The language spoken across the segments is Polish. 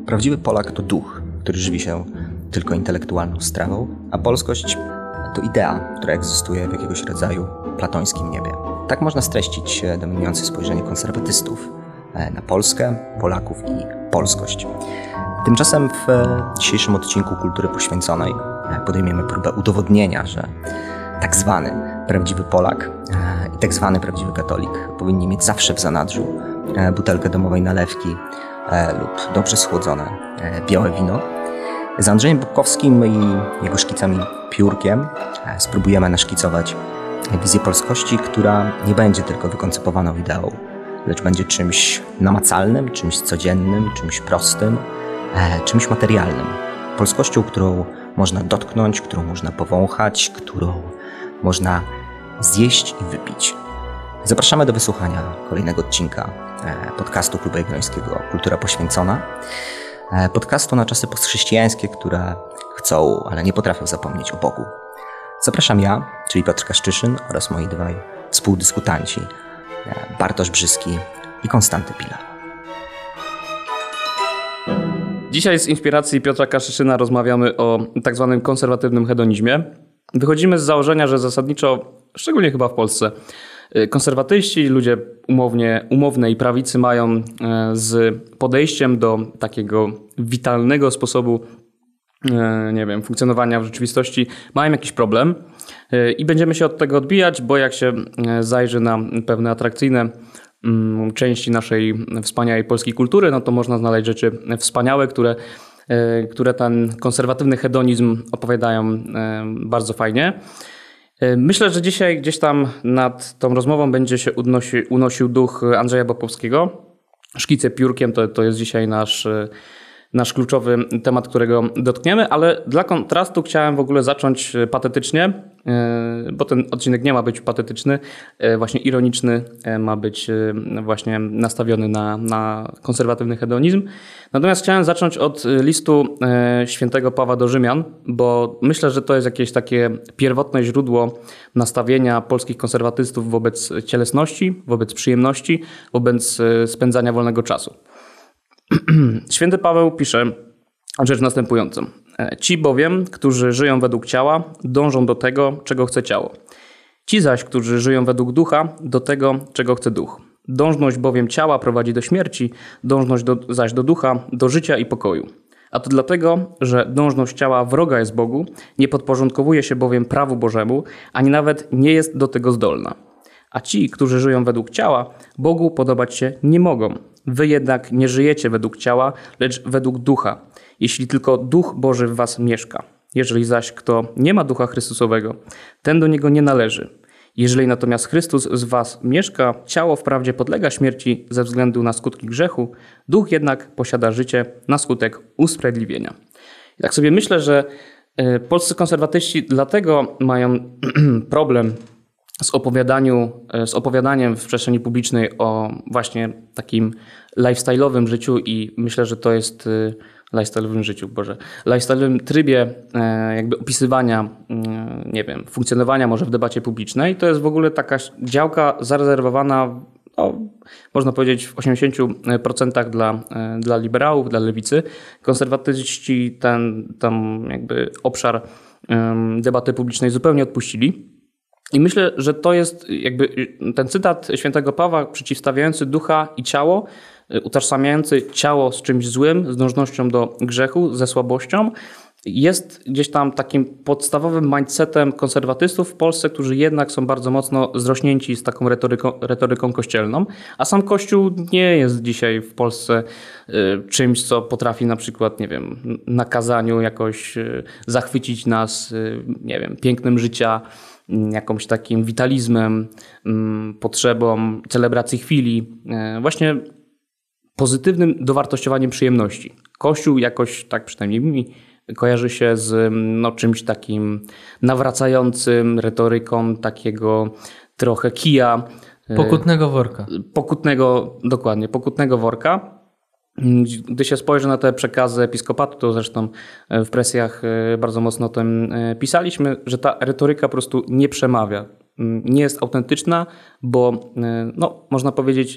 Prawdziwy Polak to duch, który żywi się tylko intelektualną strawą, a polskość to idea, która egzystuje w jakiegoś rodzaju platońskim niebie. Tak można streścić dominujące spojrzenie konserwatystów na Polskę, Polaków i polskość. Tymczasem w dzisiejszym odcinku Kultury Poświęconej podejmiemy próbę udowodnienia, że tak zwany prawdziwy Polak i tak zwany prawdziwy katolik powinni mieć zawsze w zanadrzu butelkę domowej nalewki lub dobrze schłodzone białe wino. Z Andrzejem Bobkowskim i jego szkicami piórkiem spróbujemy naszkicować wizję polskości, która nie będzie tylko wykoncypowaną ideą, lecz będzie czymś namacalnym, czymś codziennym, czymś prostym, czymś materialnym. Polskością, którą można dotknąć, którą można powąchać, którą można zjeść i wypić. Zapraszamy do wysłuchania kolejnego odcinka podcastu Klubu Jagiellońskiego Kultura Poświęcona. Podcastu na czasy postchrześcijańskie, które chcą, ale nie potrafią zapomnieć o Bogu. Zapraszam ja, czyli Piotr Kaszczyszyn oraz moi dwaj współdyskutanci, Bartosz Brzyski i Konstanty Pilar. Dzisiaj z inspiracji Piotra Kaszczyszyna rozmawiamy o tak zwanym konserwatywnym hedonizmie. Wychodzimy z założenia, że zasadniczo, szczególnie chyba w Polsce, konserwatyści, ludzie umownej prawicy mają z podejściem do takiego witalnego sposobu funkcjonowania w rzeczywistości, mają jakiś problem i będziemy się od tego odbijać, bo jak się zajrzy na pewne atrakcyjne części naszej wspaniałej polskiej kultury, no to można znaleźć rzeczy wspaniałe, które ten konserwatywny hedonizm opowiadają bardzo fajnie. Myślę, że dzisiaj gdzieś tam nad tą rozmową będzie się unosił duch Andrzeja Bobkowskiego. Szkice piórkiem to jest dzisiaj nasz kluczowy temat, którego dotkniemy, ale dla kontrastu chciałem w ogóle zacząć patetycznie, bo ten odcinek nie ma być patetyczny, właśnie ironiczny, ma być właśnie nastawiony na konserwatywny hedonizm. Natomiast chciałem zacząć od listu świętego Pawła do Rzymian, bo myślę, że to jest jakieś takie pierwotne źródło nastawienia polskich konserwatystów wobec cielesności, wobec przyjemności, wobec spędzania wolnego czasu. Święty Paweł pisze rzecz następującą. Ci bowiem, którzy żyją według ciała, dążą do tego, czego chce ciało. Ci zaś, którzy żyją według ducha, do tego, czego chce duch. Dążność bowiem ciała prowadzi do śmierci, dążność zaś do ducha, do życia i pokoju. A to dlatego, że dążność ciała wroga jest Bogu, nie podporządkowuje się bowiem prawu Bożemu, ani nawet nie jest do tego zdolna. A ci, którzy żyją według ciała, Bogu podobać się nie mogą. Wy jednak nie żyjecie według ciała, lecz według ducha, jeśli tylko Duch Boży w was mieszka. Jeżeli zaś kto nie ma Ducha Chrystusowego, ten do niego nie należy. Jeżeli natomiast Chrystus z was mieszka, ciało wprawdzie podlega śmierci ze względu na skutki grzechu, Duch jednak posiada życie na skutek usprawiedliwienia. I tak sobie myślę, że polscy konserwatyści dlatego mają problem z opowiadaniem w przestrzeni publicznej o właśnie takim lifestyle'owym życiu i myślę, że to jest lifestyle'owym trybie jakby opisywania, funkcjonowania może w debacie publicznej. To jest w ogóle taka działka zarezerwowana, można powiedzieć w 80% dla liberałów, dla lewicy. Konserwatyści ten jakby obszar debaty publicznej zupełnie odpuścili. I myślę, że to jest jakby ten cytat świętego Pawła przeciwstawiający ducha i ciało, utożsamiający ciało z czymś złym, z dążnością do grzechu, ze słabością, jest gdzieś tam takim podstawowym mindsetem konserwatystów w Polsce, którzy jednak są bardzo mocno zrośnięci z taką retoryką kościelną, a sam Kościół nie jest dzisiaj w Polsce czymś, co potrafi na przykład, na kazaniu jakoś zachwycić nas, pięknem życia, jakimś takim witalizmem, potrzebą celebracji chwili, właśnie pozytywnym dowartościowaniem przyjemności. Kościół jakoś, tak przynajmniej mi, kojarzy się z czymś takim nawracającym, retoryką takiego trochę kija. Pokutnego worka. Pokutnego worka. Gdy się spojrzy na te przekazy episkopatu, to zresztą w presjach bardzo mocno o tym pisaliśmy, że ta retoryka po prostu nie przemawia. Nie jest autentyczna, bo można powiedzieć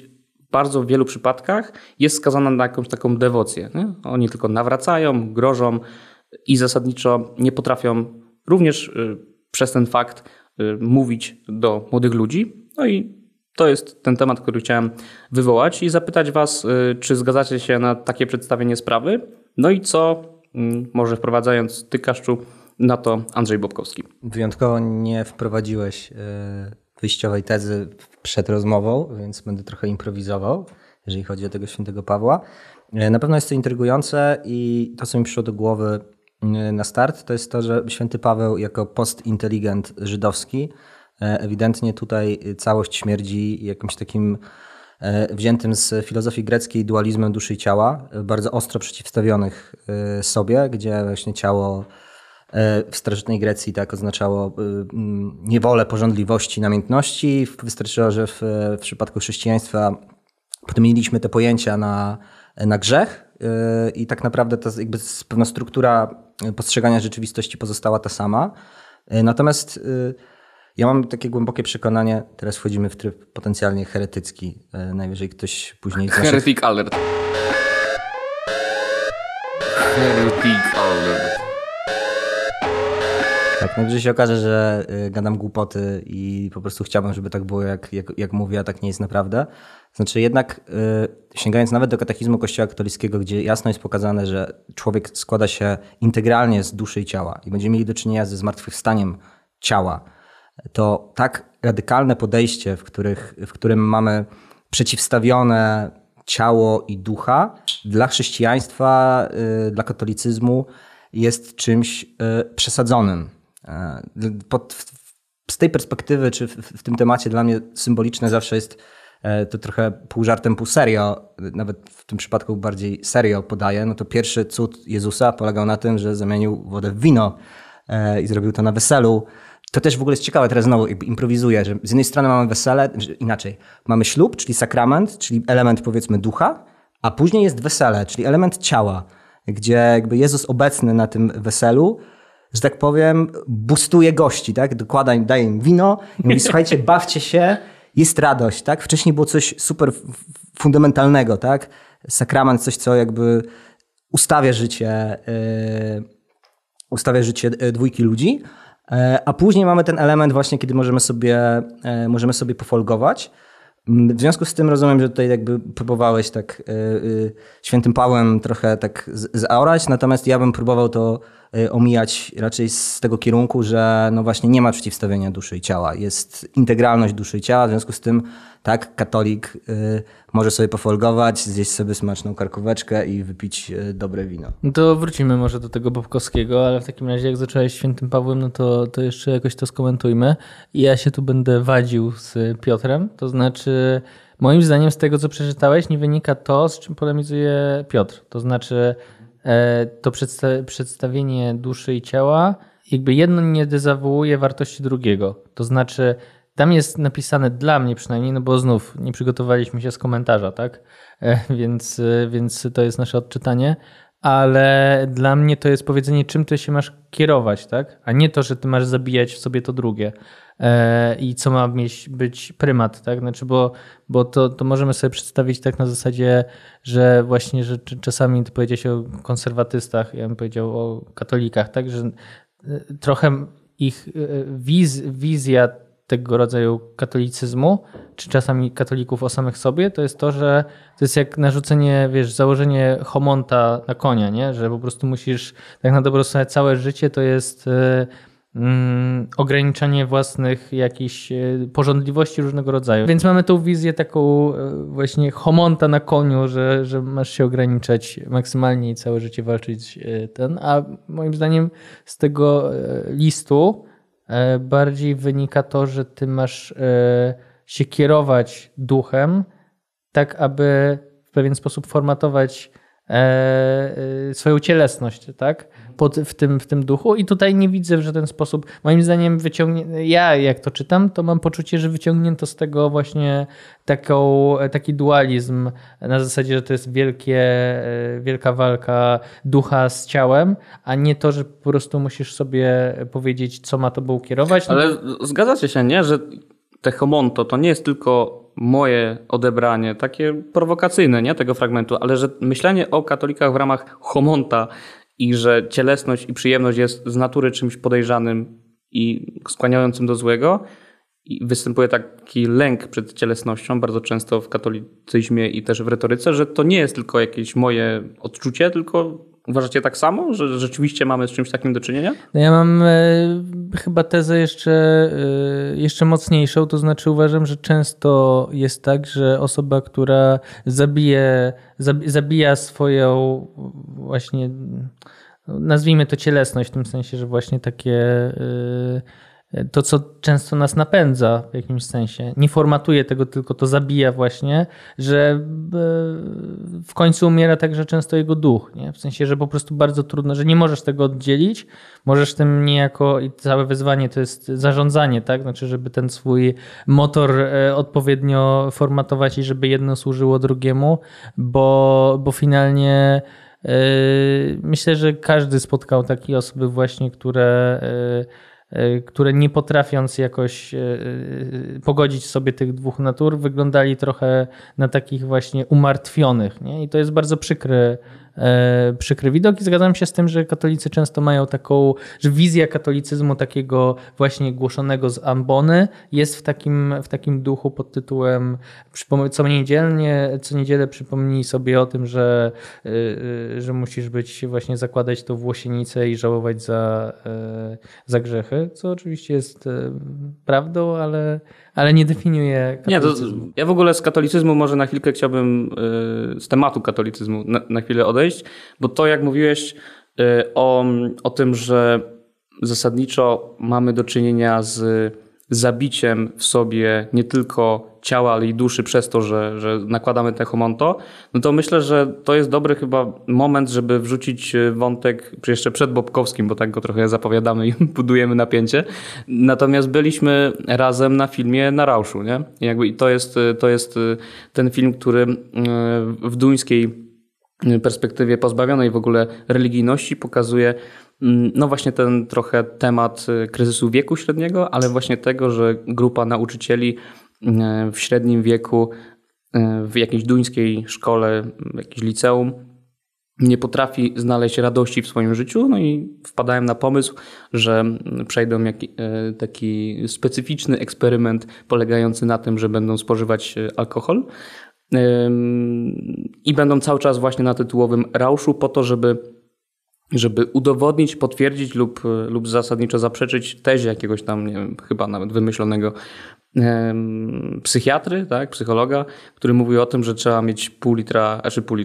bardzo w wielu przypadkach jest skazana na jakąś taką dewocję. Nie? Oni tylko nawracają, grożą i zasadniczo nie potrafią również przez ten fakt mówić do młodych ludzi. No i to jest ten temat, który chciałem wywołać i zapytać was, czy zgadzacie się na takie przedstawienie sprawy? No i co, może wprowadzając ty, Kaszczu, na to Andrzej Bobkowski. Wyjątkowo nie wprowadziłeś wyjściowej tezy przed rozmową, więc będę trochę improwizował, jeżeli chodzi o tego świętego Pawła. Na pewno jest to intrygujące i to, co mi przyszło do głowy na start, to jest to, że święty Paweł jako postinteligent żydowski ewidentnie tutaj całość śmierdzi jakimś takim wziętym z filozofii greckiej dualizmem duszy i ciała, bardzo ostro przeciwstawionych sobie, gdzie właśnie ciało w starożytnej Grecji tak oznaczało niewolę, pożądliwości, namiętności. Wystarczyło, że w przypadku chrześcijaństwa podmieniliśmy te pojęcia na grzech i tak naprawdę ta jakby pewna struktura postrzegania rzeczywistości pozostała ta sama. Natomiast ja mam takie głębokie przekonanie, teraz wchodzimy w tryb potencjalnie heretycki. Najwyżej ktoś później... Heretic alert. Heretic alert. Tak, najwyżej się okaże, że gadam głupoty i po prostu chciałbym, żeby tak było, jak mówię, a tak nie jest naprawdę. Znaczy jednak sięgając nawet do katechizmu Kościoła katolickiego, gdzie jasno jest pokazane, że człowiek składa się integralnie z duszy i ciała i będziemy mieli do czynienia ze zmartwychwstaniem ciała, to tak radykalne podejście, w którym mamy przeciwstawione ciało i ducha, dla chrześcijaństwa, dla katolicyzmu jest czymś przesadzonym. Z tej perspektywy, czy w tym temacie dla mnie symboliczne zawsze jest to trochę pół żartem, pół serio, nawet w tym przypadku bardziej serio podaję, no to pierwszy cud Jezusa polegał na tym, że zamienił wodę w wino i zrobił to na weselu. To też w ogóle jest ciekawe, teraz znowu jakby improwizuję, że z jednej strony mamy wesele, inaczej, mamy ślub, czyli sakrament, czyli element powiedzmy ducha, a później jest wesele, czyli element ciała, gdzie jakby Jezus obecny na tym weselu, że tak powiem, boostuje gości, tak? Daje im wino i mówi, słuchajcie, bawcie się, jest radość, tak? Wcześniej było coś super fundamentalnego, tak? Sakrament, coś, co jakby ustawia życie dwójki ludzi, a później mamy ten element właśnie, kiedy możemy sobie pofolgować. W związku z tym rozumiem, że tutaj jakby próbowałeś tak świętym Pawłem trochę tak zaorać, natomiast ja bym próbował to omijać raczej z tego kierunku, że no właśnie nie ma przeciwstawienia duszy i ciała. Jest integralność duszy i ciała, w związku z tym tak, katolik może sobie pofolgować, zjeść sobie smaczną karkóweczkę i wypić dobre wino. No to wrócimy może do tego Bobkowskiego, ale w takim razie jak zacząłeś świętym Pawłem, no to jeszcze jakoś to skomentujmy. I ja się tu będę wadził z Piotrem, to znaczy moim zdaniem z tego, co przeczytałeś, nie wynika to, z czym polemizuje Piotr. To znaczy to przedstawienie duszy i ciała, jakby jedno nie dezawuuje wartości drugiego. To znaczy tam jest napisane dla mnie przynajmniej, no bo znów nie przygotowaliśmy się z komentarza, tak? Więc to jest nasze odczytanie, ale dla mnie to jest powiedzenie, czym ty się masz kierować, tak? A nie to, że ty masz zabijać w sobie to drugie i co ma być prymat, tak? Znaczy, bo to możemy sobie przedstawić tak na zasadzie, że właśnie, że czasami ty powiedziałeś o konserwatystach, ja bym powiedział o katolikach, tak? Że trochę ich wizja tego rodzaju katolicyzmu, czy czasami katolików o samych sobie, to jest to, że to jest jak narzucenie, wiesz, założenie homonta na konia, nie? Że po prostu musisz, tak na dobrą sprawę, całe życie to jest ograniczanie własnych jakichś pożądliwości różnego rodzaju. Więc mamy tą wizję taką właśnie homonta na koniu, że masz się ograniczać maksymalnie i całe życie walczyć a moim zdaniem z tego listu bardziej wynika to, że ty masz się kierować duchem, tak aby w pewien sposób formatować swoją cielesność, tak? W tym duchu i tutaj nie widzę w żaden sposób, moim zdaniem ja jak to czytam, to mam poczucie, że wyciągnięto z tego właśnie taki dualizm na zasadzie, że to jest wielka walka ducha z ciałem, a nie to, że po prostu musisz sobie powiedzieć, co ma tobą kierować. Ale zgadzacie się, nie? Że te homonto to nie jest tylko moje odebranie, takie prowokacyjne, nie, tego fragmentu, ale że myślenie o katolikach w ramach homonta i że cielesność i przyjemność jest z natury czymś podejrzanym i skłaniającym do złego, i występuje taki lęk przed cielesnością bardzo często w katolicyzmie i też w retoryce, że to nie jest tylko jakieś moje odczucie, tylko uważacie tak samo, że rzeczywiście mamy z czymś takim do czynienia? No ja mam chyba tezę jeszcze mocniejszą, to znaczy uważam, że często jest tak, że osoba, która zabija swoją właśnie, nazwijmy to cielesność, w tym sensie, że właśnie takie to, co często nas napędza w jakimś sensie. Nie formatuje tego, tylko to zabija właśnie, że w końcu umiera także często jego duch. Nie? W sensie, że po prostu bardzo trudno, że nie możesz tego oddzielić, możesz tym niejako, i całe wyzwanie to jest zarządzanie, tak? Znaczy, żeby ten swój motor odpowiednio formatować i żeby jedno służyło drugiemu, bo finalnie myślę, że każdy spotkał takie osoby właśnie, które nie potrafiąc jakoś pogodzić sobie tych dwóch natur, wyglądali trochę na takich właśnie umartwionych. Nie? I to jest bardzo przykry widok i zgadzam się z tym, że katolicy często mają taką, że wizja katolicyzmu takiego właśnie głoszonego z ambony jest w takim duchu pod tytułem co niedzielę przypomnij sobie o tym, że musisz właśnie zakładać tą włosienicę i żałować za grzechy, co oczywiście jest prawdą, ale nie definiuje katolicyzmu. Nie, ja w ogóle z katolicyzmu może na chwilkę chciałbym z tematu katolicyzmu na chwilę odejść, bo to jak mówiłeś o tym, że zasadniczo mamy do czynienia z zabiciem w sobie nie tylko ciała, ale i duszy przez to, że nakładamy te homonto, no to myślę, że to jest dobry chyba moment, żeby wrzucić wątek jeszcze przed Bobkowskim, bo tak go trochę zapowiadamy i budujemy napięcie. Natomiast byliśmy razem na filmie Na Rauszu, nie? I to jest ten film, który w duńskiej perspektywie pozbawionej w ogóle religijności pokazuje no właśnie ten trochę temat kryzysu wieku średniego, ale właśnie tego, że grupa nauczycieli w średnim wieku w jakiejś duńskiej szkole, w jakimś liceum nie potrafi znaleźć radości w swoim życiu, no i wpadałem na pomysł, że przejdą taki specyficzny eksperyment polegający na tym, że będą spożywać alkohol i będą cały czas właśnie na tytułowym rauszu po to, żeby udowodnić, potwierdzić lub zasadniczo zaprzeczyć tezie jakiegoś tam, nie wiem, chyba nawet wymyślonego psychiatry, tak, psychologa, który mówi o tym, że trzeba mieć pół litra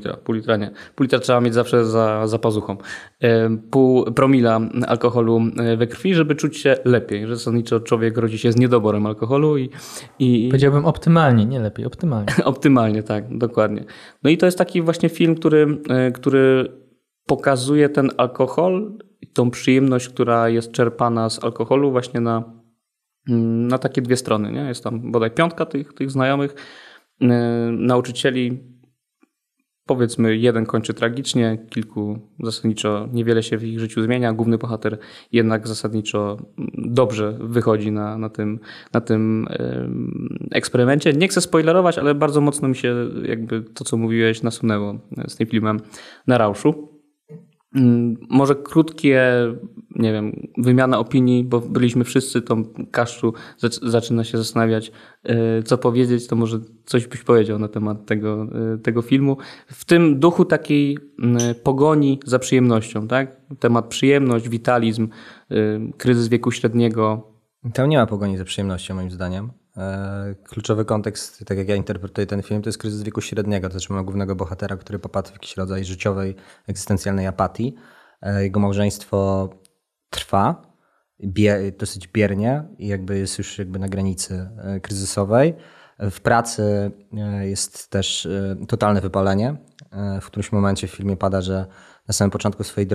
trzeba mieć zawsze za pazuchą, pół promila alkoholu we krwi, żeby czuć się lepiej, że zasadniczo człowiek rodzi się z niedoborem alkoholu i powiedziałbym optymalnie, nie lepiej, optymalnie. Optymalnie, tak, dokładnie. No i to jest taki właśnie film, który pokazuje ten alkohol i tą przyjemność, która jest czerpana z alkoholu właśnie na takie dwie strony. Nie? Jest tam bodaj 5 tych znajomych nauczycieli. Powiedzmy, jeden kończy tragicznie, kilku zasadniczo niewiele się w ich życiu zmienia. Główny bohater jednak zasadniczo dobrze wychodzi na tym eksperymencie. Nie chcę spoilerować, ale bardzo mocno mi się jakby to, co mówiłeś, nasunęło z tym filmem Na Rauszu. Może krótkie, nie wiem, wymiana opinii, bo byliśmy wszyscy, Tom Kaszczu zaczyna się zastanawiać, co powiedzieć, to może coś byś powiedział na temat tego filmu. W tym duchu takiej pogoni za przyjemnością, tak? Temat przyjemność, witalizm, kryzys wieku średniego. Tam nie ma pogoni za przyjemnością, moim zdaniem. Kluczowy kontekst, tak jak ja interpretuję ten film, to jest kryzys wieku średniego. To znaczy mamy głównego bohatera, który popadł w jakiś rodzaj życiowej, egzystencjalnej apatii. Jego małżeństwo trwa dosyć biernie i jakby jest już jakby na granicy kryzysowej. W pracy jest też totalne wypalenie. W którymś momencie w filmie pada, że na samym początku swojej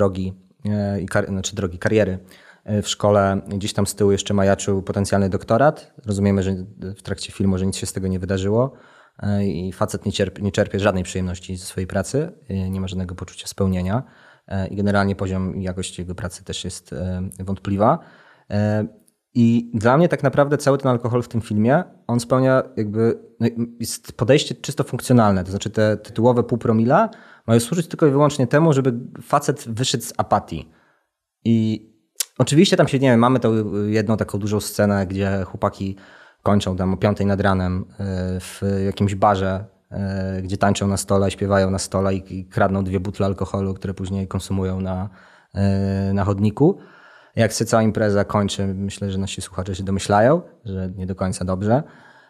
kariery w szkole gdzieś tam z tyłu jeszcze majaczył potencjalny doktorat. Rozumiemy, że w trakcie filmu, że nic się z tego nie wydarzyło i facet nie czerpie żadnej przyjemności ze swojej pracy, nie ma żadnego poczucia spełnienia i generalnie poziom i jakość jego pracy też jest wątpliwa. I dla mnie tak naprawdę cały ten alkohol w tym filmie, on spełnia jest podejście czysto funkcjonalne. To znaczy te tytułowe 0,5 promila mają służyć tylko i wyłącznie temu, żeby facet wyszedł z apatii. I oczywiście tam się, nie wiem, mamy tą jedną taką dużą scenę, gdzie chłopaki kończą tam o 5 nad ranem w jakimś barze, gdzie tańczą na stole, śpiewają na stole i kradną 2 butle alkoholu, które później konsumują na chodniku. Jak się cała impreza kończy, myślę, że nasi słuchacze się domyślają, że nie do końca dobrze.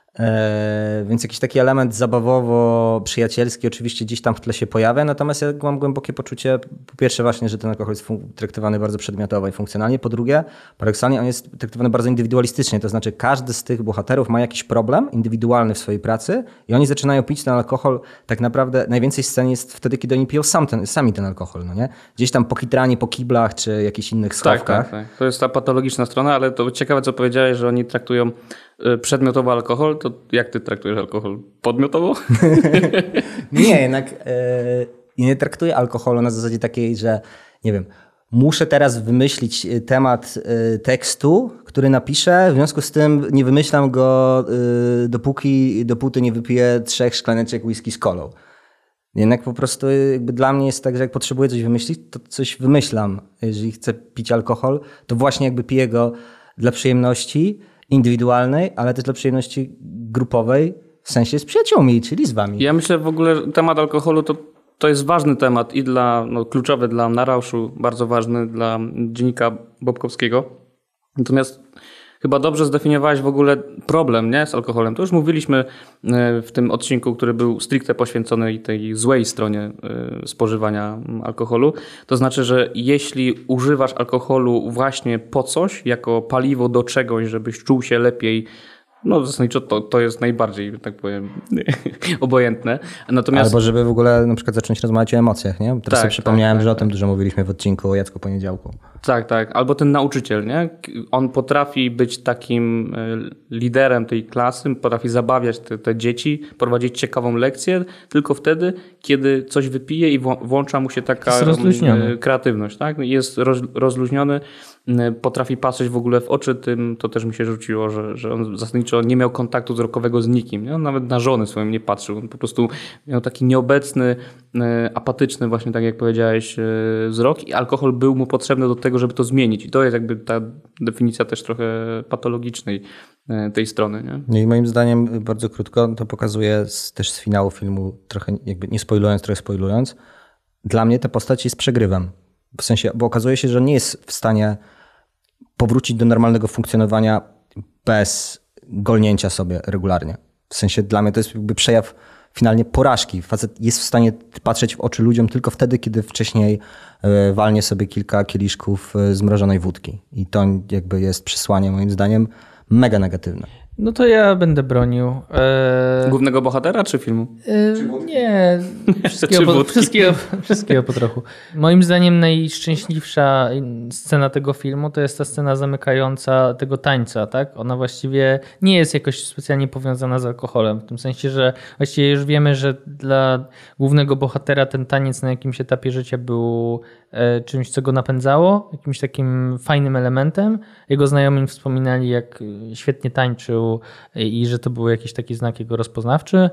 Więc jakiś taki element zabawowo-przyjacielski oczywiście gdzieś tam w tle się pojawia, natomiast ja mam głębokie poczucie, po pierwsze właśnie, że ten alkohol jest traktowany bardzo przedmiotowo i funkcjonalnie, po drugie, paradoksalnie on jest traktowany bardzo indywidualistycznie, to znaczy każdy z tych bohaterów ma jakiś problem indywidualny w swojej pracy i oni zaczynają pić ten alkohol, tak naprawdę najwięcej scen jest wtedy, kiedy oni piją sami ten alkohol, no nie? Gdzieś tam pokitrani po kiblach czy jakichś innych schowkach. Tak. To jest ta patologiczna strona, ale to ciekawe, co powiedziałeś, że oni traktują przedmiotowo alkohol, to jak ty traktujesz alkohol? Podmiotowo? Nie, jednak nie traktuję alkoholu na zasadzie takiej, że nie wiem, muszę teraz wymyślić temat tekstu, który napiszę, w związku z tym nie wymyślam go dopóty nie wypiję 3 szklaneczek whisky z kolą. Jednak po prostu jakby dla mnie jest tak, że jak potrzebuję coś wymyślić, to coś wymyślam. Jeżeli chcę pić alkohol, to właśnie jakby piję go dla przyjemności indywidualnej, ale też dla przyjemności grupowej, w sensie z przyjaciółmi, czyli z wami. Ja myślę w ogóle, temat alkoholu to jest ważny temat i kluczowy dla Narauszu, bardzo ważny dla dziennika Bobkowskiego. Natomiast chyba dobrze zdefiniowałeś w ogóle problem, nie, z alkoholem. To już mówiliśmy w tym odcinku, który był stricte poświęcony tej złej stronie spożywania alkoholu. To znaczy, że jeśli używasz alkoholu właśnie po coś, jako paliwo do czegoś, żebyś czuł się lepiej, no zasadniczo to jest najbardziej, tak powiem, obojętne. Natomiast... Albo żeby w ogóle na przykład zacząć rozmawiać o emocjach, nie? Teraz sobie przypomniałem, że o tym dużo mówiliśmy w odcinku o Jacku Poniedziałku. Tak. Albo ten nauczyciel, nie? On potrafi być takim liderem tej klasy, potrafi zabawiać te dzieci, prowadzić ciekawą lekcję, tylko wtedy, kiedy coś wypije i włącza mu się taka kreatywność. Tak? Jest rozluźniony, potrafi patrzeć w ogóle w oczy tym, to też mi się rzuciło, że on zasadniczo nie miał kontaktu wzrokowego z nikim. Nie? On nawet na żonę swoją nie patrzył. On po prostu miał taki nieobecny, apatyczny właśnie, tak jak powiedziałeś, wzrok i alkohol był mu potrzebny do tego, żeby to zmienić. I to jest jakby ta definicja też trochę patologicznej tej strony. Nie? No i moim zdaniem, bardzo krótko, to pokazuje też z finału filmu, trochę jakby nie spoilując, trochę spoilując, dla mnie ta postać jest przegrywem. W sensie, bo okazuje się, że nie jest w stanie powrócić do normalnego funkcjonowania bez golnięcia sobie regularnie. W sensie dla mnie to jest jakby przejaw finalnie porażki. Facet jest w stanie patrzeć w oczy ludziom tylko wtedy, kiedy wcześniej walnie sobie kilka kieliszków zmrożonej wódki. I to jakby jest przesłanie moim zdaniem mega negatywne. No to ja będę bronił. Głównego bohatera czy filmu? Nie, wszystkiego po trochu. Moim zdaniem najszczęśliwsza scena tego filmu to jest ta scena zamykająca tego tańca. Tak? Ona właściwie nie jest jakoś specjalnie powiązana z alkoholem. W tym sensie, że właściwie już wiemy, że dla głównego bohatera ten taniec na jakimś etapie życia był czymś, co go napędzało, jakimś takim fajnym elementem. Jego znajomi wspominali, jak świetnie tańczył i że to był jakiś taki znak jego rozpoznawczy.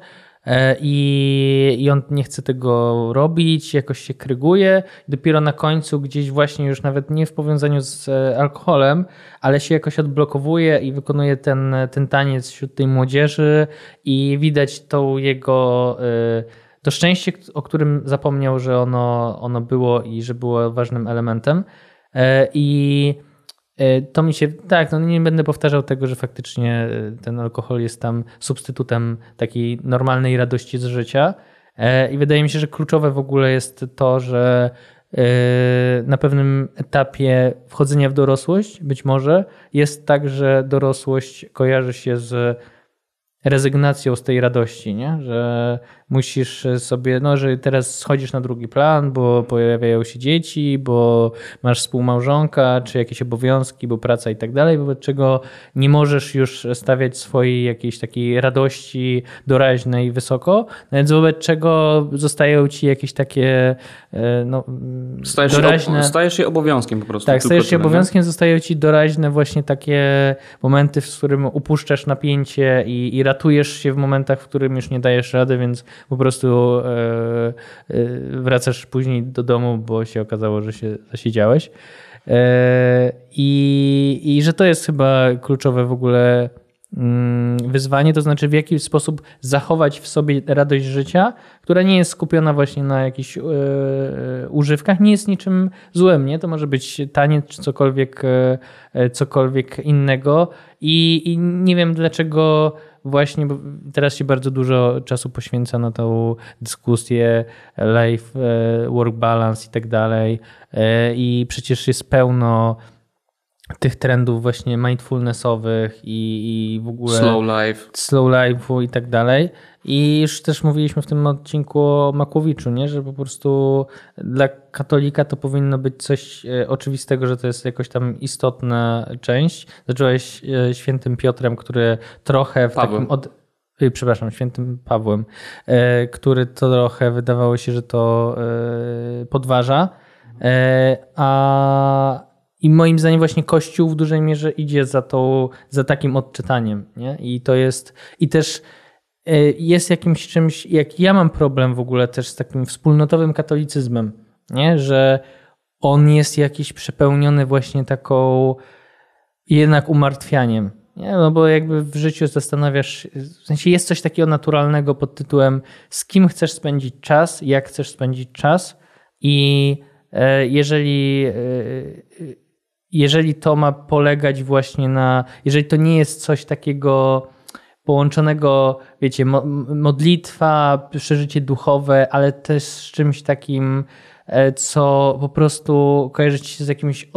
I on nie chce tego robić, jakoś się kryguje. Dopiero na końcu gdzieś właśnie już nawet nie w powiązaniu z alkoholem, ale się jakoś odblokowuje i wykonuje ten taniec wśród tej młodzieży i widać tą jego... To szczęście, o którym zapomniał, że ono było i że było ważnym elementem. I to mi się... Tak, no nie będę powtarzał tego, że faktycznie ten alkohol jest tam substytutem takiej normalnej radości z życia. I wydaje mi się, że kluczowe w ogóle jest to, że na pewnym etapie wchodzenia w dorosłość być może jest tak, że dorosłość kojarzy się z rezygnacją z tej radości, nie? Że musisz sobie, że teraz schodzisz na drugi plan, bo pojawiają się dzieci, bo masz współmałżonka, czy jakieś obowiązki, bo praca i tak dalej, wobec czego nie możesz już stawiać swojej jakiejś takiej radości doraźnej wysoko, więc wobec czego zostają ci jakieś takie Stajesz się obowiązkiem po prostu. Tak, stajesz się obowiązkiem, zostają ci doraźne właśnie takie momenty, w którym upuszczasz napięcie i ratujesz się w momentach, w którym już nie dajesz rady, więc po prostu wracasz później do domu, bo się okazało, że się zasiedziałeś. I że to jest chyba kluczowe w ogóle wyzwanie, to znaczy w jaki sposób zachować w sobie radość życia, która nie jest skupiona właśnie na jakichś używkach, nie jest niczym złym, nie? To może być taniec czy cokolwiek innego i nie wiem dlaczego właśnie, bo teraz się bardzo dużo czasu poświęca na tą dyskusję life, work balance i tak dalej i przecież jest pełno tych trendów właśnie mindfulnessowych i w ogóle slow life'u i tak dalej. I już też mówiliśmy w tym odcinku o Makłowiczu, nie? Że po prostu dla katolika to powinno być coś oczywistego, że to jest jakoś tam istotna część. Zacząłeś świętym Piotrem, który trochę świętym Pawłem, który to trochę wydawało się, że to podważa. I moim zdaniem właśnie Kościół w dużej mierze idzie za takim odczytaniem. Nie? I to jest, i też jest jakimś czymś, jak ja mam problem w ogóle też z takim wspólnotowym katolicyzmem, nie? Że on jest jakiś przepełniony właśnie taką jednak umartwianiem. Nie? No bo jakby w życiu zastanawiasz, w sensie jest coś takiego naturalnego pod tytułem z kim chcesz spędzić czas, jak chcesz spędzić czas i jeżeli to ma polegać właśnie jeżeli to nie jest coś takiego połączonego, wiecie, modlitwa, przeżycie duchowe, ale też z czymś takim, co po prostu kojarzy ci się z jakimś,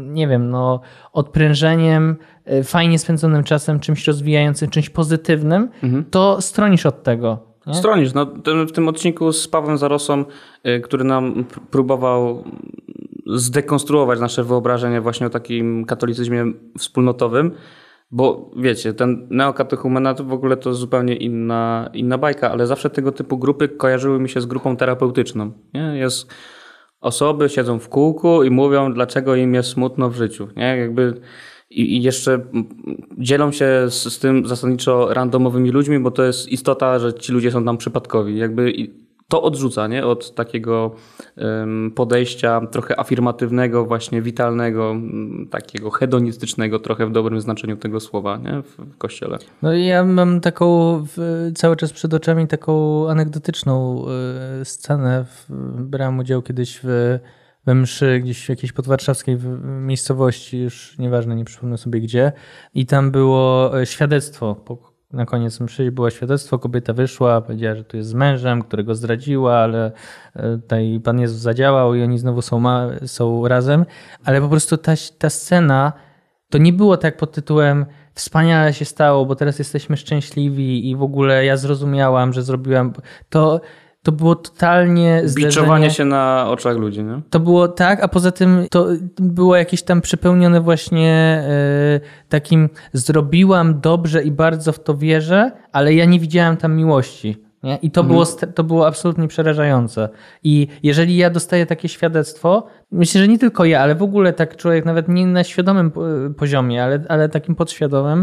odprężeniem, fajnie spędzonym czasem, czymś rozwijającym, czymś pozytywnym, to stronisz od tego. Nie? Stronisz. W tym odcinku z Pawłem Zarosą, który nam próbował zdekonstruować nasze wyobrażenie właśnie o takim katolicyzmie wspólnotowym, bo wiecie, ten neokatechumenat w ogóle to zupełnie inna bajka, ale zawsze tego typu grupy kojarzyły mi się z grupą terapeutyczną. Nie? Osoby siedzą w kółku i mówią, dlaczego im jest smutno w życiu. Nie? I jeszcze dzielą się z tym zasadniczo randomowymi ludźmi, bo to jest istota, że ci ludzie są tam przypadkowi. To odrzuca, nie? Od takiego podejścia trochę afirmatywnego, właśnie witalnego, takiego hedonistycznego trochę w dobrym znaczeniu tego słowa, nie? W Kościele. No i ja mam taką cały czas przed oczami taką anegdotyczną scenę. Brałem udział kiedyś we mszy gdzieś w jakiejś podwarszawskiej miejscowości, już nieważne, nie przypomnę sobie gdzie. I tam było świadectwo. Na koniec mszy było świadectwo, kobieta wyszła, powiedziała, że tu jest z mężem, którego zdradziła, ale tutaj Pan Jezus zadziałał i oni znowu są razem. Ale po prostu ta scena, to nie było tak pod tytułem wspaniale się stało, bo teraz jesteśmy szczęśliwi i w ogóle ja zrozumiałam, że zrobiłam to było totalnie biczowanie się na oczach ludzi, nie? To było tak, a poza tym to było jakieś tam przepełnione właśnie takim zrobiłam dobrze i bardzo w to wierzę, ale ja nie widziałam tam miłości. Nie? I to było absolutnie przerażające. I jeżeli ja dostaję takie świadectwo, myślę, że nie tylko ja, ale w ogóle tak człowiek nawet nie na świadomym poziomie, ale takim podświadomym,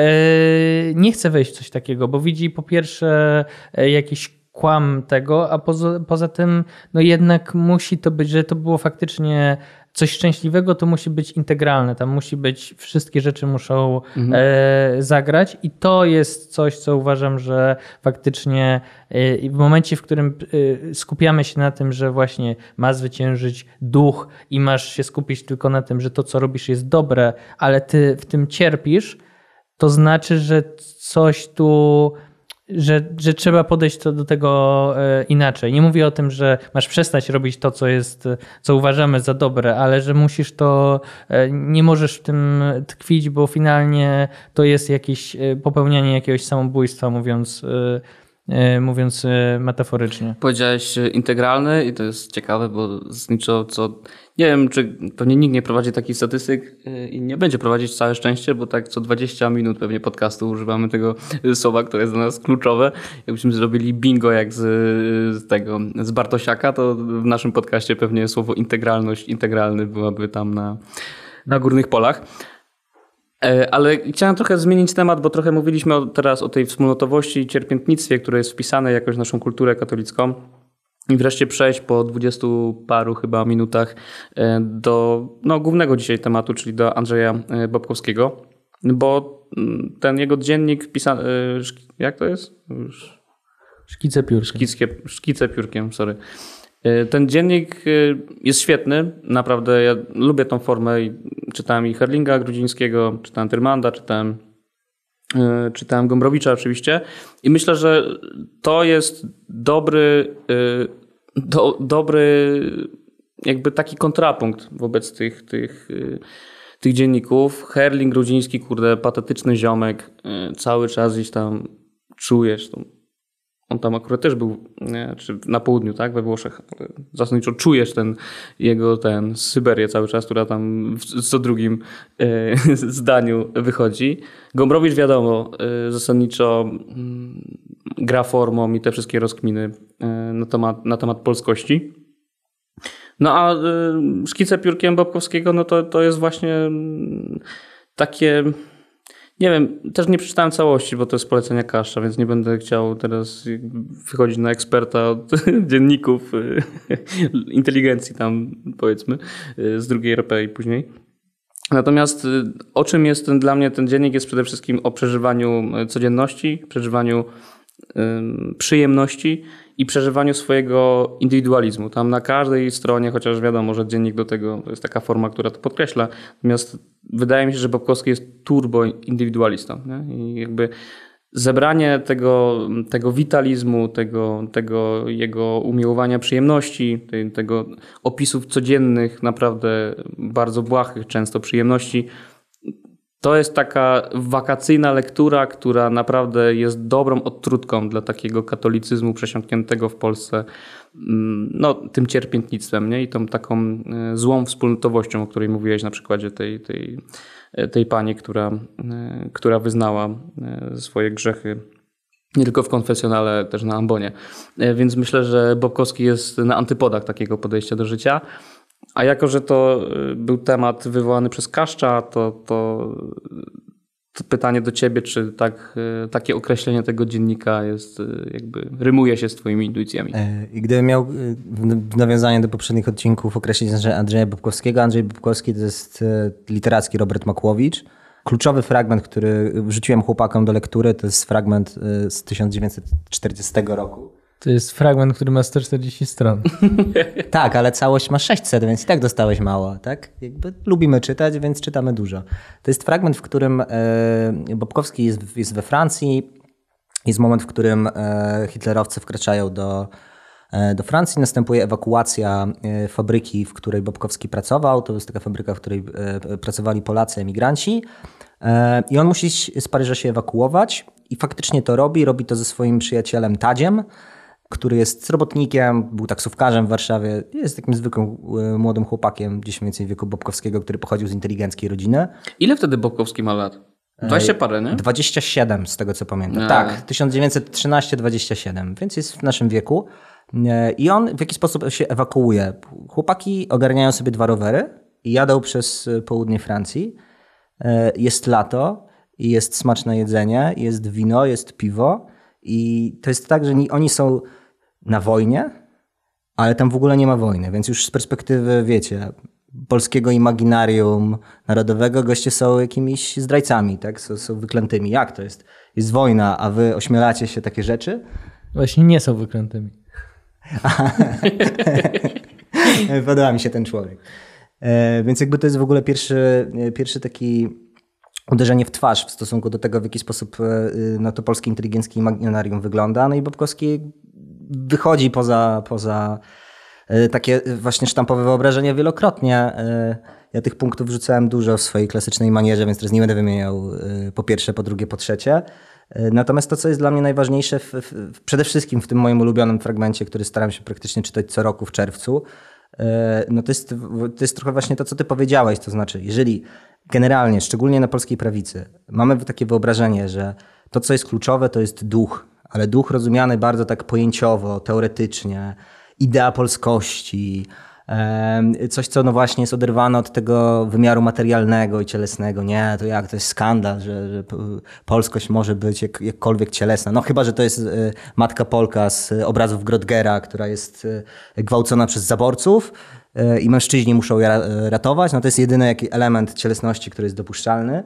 nie chce wejść w coś takiego, bo widzi po pierwsze jakiś kłam tego, a poza tym no jednak musi to być, że to było faktycznie coś szczęśliwego, to musi być integralne, tam musi być, wszystkie rzeczy muszą zagrać i to jest coś, co uważam, że faktycznie w momencie, w którym skupiamy się na tym, że właśnie ma zwyciężyć duch i masz się skupić tylko na tym, że to, co robisz jest dobre, ale ty w tym cierpisz, to znaczy, że coś tu że trzeba podejść do tego inaczej. Nie mówię o tym, że masz przestać robić to, co uważamy za dobre, ale że musisz to, nie możesz w tym tkwić, bo finalnie to jest jakieś popełnianie jakiegoś samobójstwa, mówiąc metaforycznie. Powiedziałeś integralny i to jest ciekawe, bo zasadniczo nie wiem, czy pewnie nikt nie prowadzi takich statystyk i nie będzie prowadzić, całe szczęście, bo tak co 20 minut pewnie podcastu używamy tego słowa, które jest dla nas kluczowe. Jakbyśmy zrobili bingo jak z Bartosiaka, to w naszym podcaście pewnie słowo integralny byłaby tam na górnych polach. Ale chciałem trochę zmienić temat, bo trochę mówiliśmy teraz o tej wspólnotowości i cierpiętnictwie, które jest wpisane jakoś w naszą kulturę katolicką. I wreszcie przejść po 20 paru chyba minutach do głównego dzisiaj tematu, czyli do Andrzeja Bobkowskiego. Bo ten jego dziennik wpisany... Jak to jest? Szkice piórkiem. Szkice piórkiem, sorry. Ten dziennik jest świetny, naprawdę ja lubię tą formę i czytałem i Herlinga Grudzińskiego, czytałem Tyrmanda, czytałem Gombrowicza oczywiście i myślę, że to jest dobry jakby taki kontrapunkt wobec tych dzienników. Herling Grudziński, kurde, patetyczny ziomek, cały czas gdzieś tam czujesz on tam akurat też był czy na południu, tak, we Włoszech. Zasadniczo czujesz Syberię cały czas, która tam w co drugim zdaniu wychodzi. Gombrowicz wiadomo, zasadniczo gra formą i te wszystkie rozkminy na temat polskości. No a szkice piórkiem Bobkowskiego, no to jest właśnie takie... Nie wiem, też nie przeczytałem całości, bo to jest polecenia Kaszcza, więc nie będę chciał teraz wychodzić na eksperta od dzienników inteligencji tam, powiedzmy, z drugiej RP i później. Natomiast o czym jest dla mnie ten dziennik? Jest przede wszystkim o przeżywaniu codzienności, przeżywaniu przyjemności i przeżywaniu swojego indywidualizmu. Tam na każdej stronie, chociaż wiadomo, że dziennik do tego to jest taka forma, która to podkreśla. Natomiast wydaje mi się, że Bobkowski jest turbo indywidualistą. Nie? I jakby zebranie tego witalizmu, tego jego umiłowania przyjemności, tego opisów codziennych, naprawdę bardzo błahych często przyjemności, to jest taka wakacyjna lektura, która naprawdę jest dobrą odtrutką dla takiego katolicyzmu przesiąkniętego w Polsce tym cierpiętnictwem, nie? I tą taką złą wspólnotowością, o której mówiłeś na przykładzie tej pani, która wyznała swoje grzechy nie tylko w konfesjonale, też na ambonie. Więc myślę, że Bobkowski jest na antypodach takiego podejścia do życia. A jako, że to był temat wywołany przez Kaszcza, to pytanie do ciebie, czy takie określenie tego dziennika jest jakby rymuje się z twoimi intuicjami? I gdybym miał w nawiązaniu do poprzednich odcinków określić Andrzeja Bobkowskiego, Andrzej Bobkowski to jest literacki Robert Makłowicz. Kluczowy fragment, który wrzuciłem chłopakom do lektury, to jest fragment z 1940 roku. To jest fragment, który ma 140 stron. Tak, ale całość ma 600, więc i tak dostałeś mało. Tak? Jakby lubimy czytać, więc czytamy dużo. To jest fragment, w którym Bobkowski jest we Francji. Jest moment, w którym hitlerowcy wkraczają do Francji. Następuje ewakuacja fabryki, w której Bobkowski pracował. To jest taka fabryka, w której pracowali Polacy, emigranci. I on musi z Paryża się ewakuować. I faktycznie to robi. Robi to ze swoim przyjacielem Tadziem, który jest robotnikiem, był taksówkarzem w Warszawie. Jest takim zwykłym młodym chłopakiem, gdzieś mniej więcej w wieku Bobkowskiego, który pochodził z inteligentskiej rodziny. Ile wtedy Bobkowski ma lat? 20 parę, nie? 27 z tego co pamiętam. Tak, 1913-27, więc jest w naszym wieku. I on w jakiś sposób się ewakuuje. Chłopaki ogarniają sobie 2 rowery i jadą przez południe Francji. Jest lato i jest smaczne jedzenie, jest wino, jest piwo. I to jest tak, że oni są na wojnie, ale tam w ogóle nie ma wojny, więc już z perspektywy, wiecie, polskiego imaginarium narodowego goście są jakimiś zdrajcami, tak? Są wyklętymi. Jak to jest? Jest wojna, a wy ośmielacie się takie rzeczy? Właśnie nie są wyklętymi. Podoba mi się ten człowiek. Więc jakby to jest w ogóle pierwszy taki uderzenie w twarz w stosunku do tego, w jaki sposób no, to polskie inteligenckie imaginarium wygląda. No i Bobkowski wychodzi poza takie właśnie sztampowe wyobrażenie wielokrotnie. Ja tych punktów rzucałem dużo w swojej klasycznej manierze, więc teraz nie będę wymieniał po pierwsze, po drugie, po trzecie. Natomiast to, co jest dla mnie najważniejsze, przede wszystkim w tym moim ulubionym fragmencie, który staram się praktycznie czytać co roku w czerwcu, no to jest trochę właśnie to, co ty powiedziałeś. To znaczy, jeżeli generalnie, szczególnie na polskiej prawicy, mamy takie wyobrażenie, że to, co jest kluczowe, to jest duch, ale duch rozumiany bardzo tak pojęciowo, teoretycznie, idea polskości, coś, co no właśnie jest oderwane od tego wymiaru materialnego i cielesnego. Nie, to jak? To jest skandal, że polskość może być jakkolwiek cielesna. No chyba, że to jest matka Polka z obrazów Grotgera, która jest gwałcona przez zaborców i mężczyźni muszą ją ratować. No to jest jedyny element cielesności, który jest dopuszczalny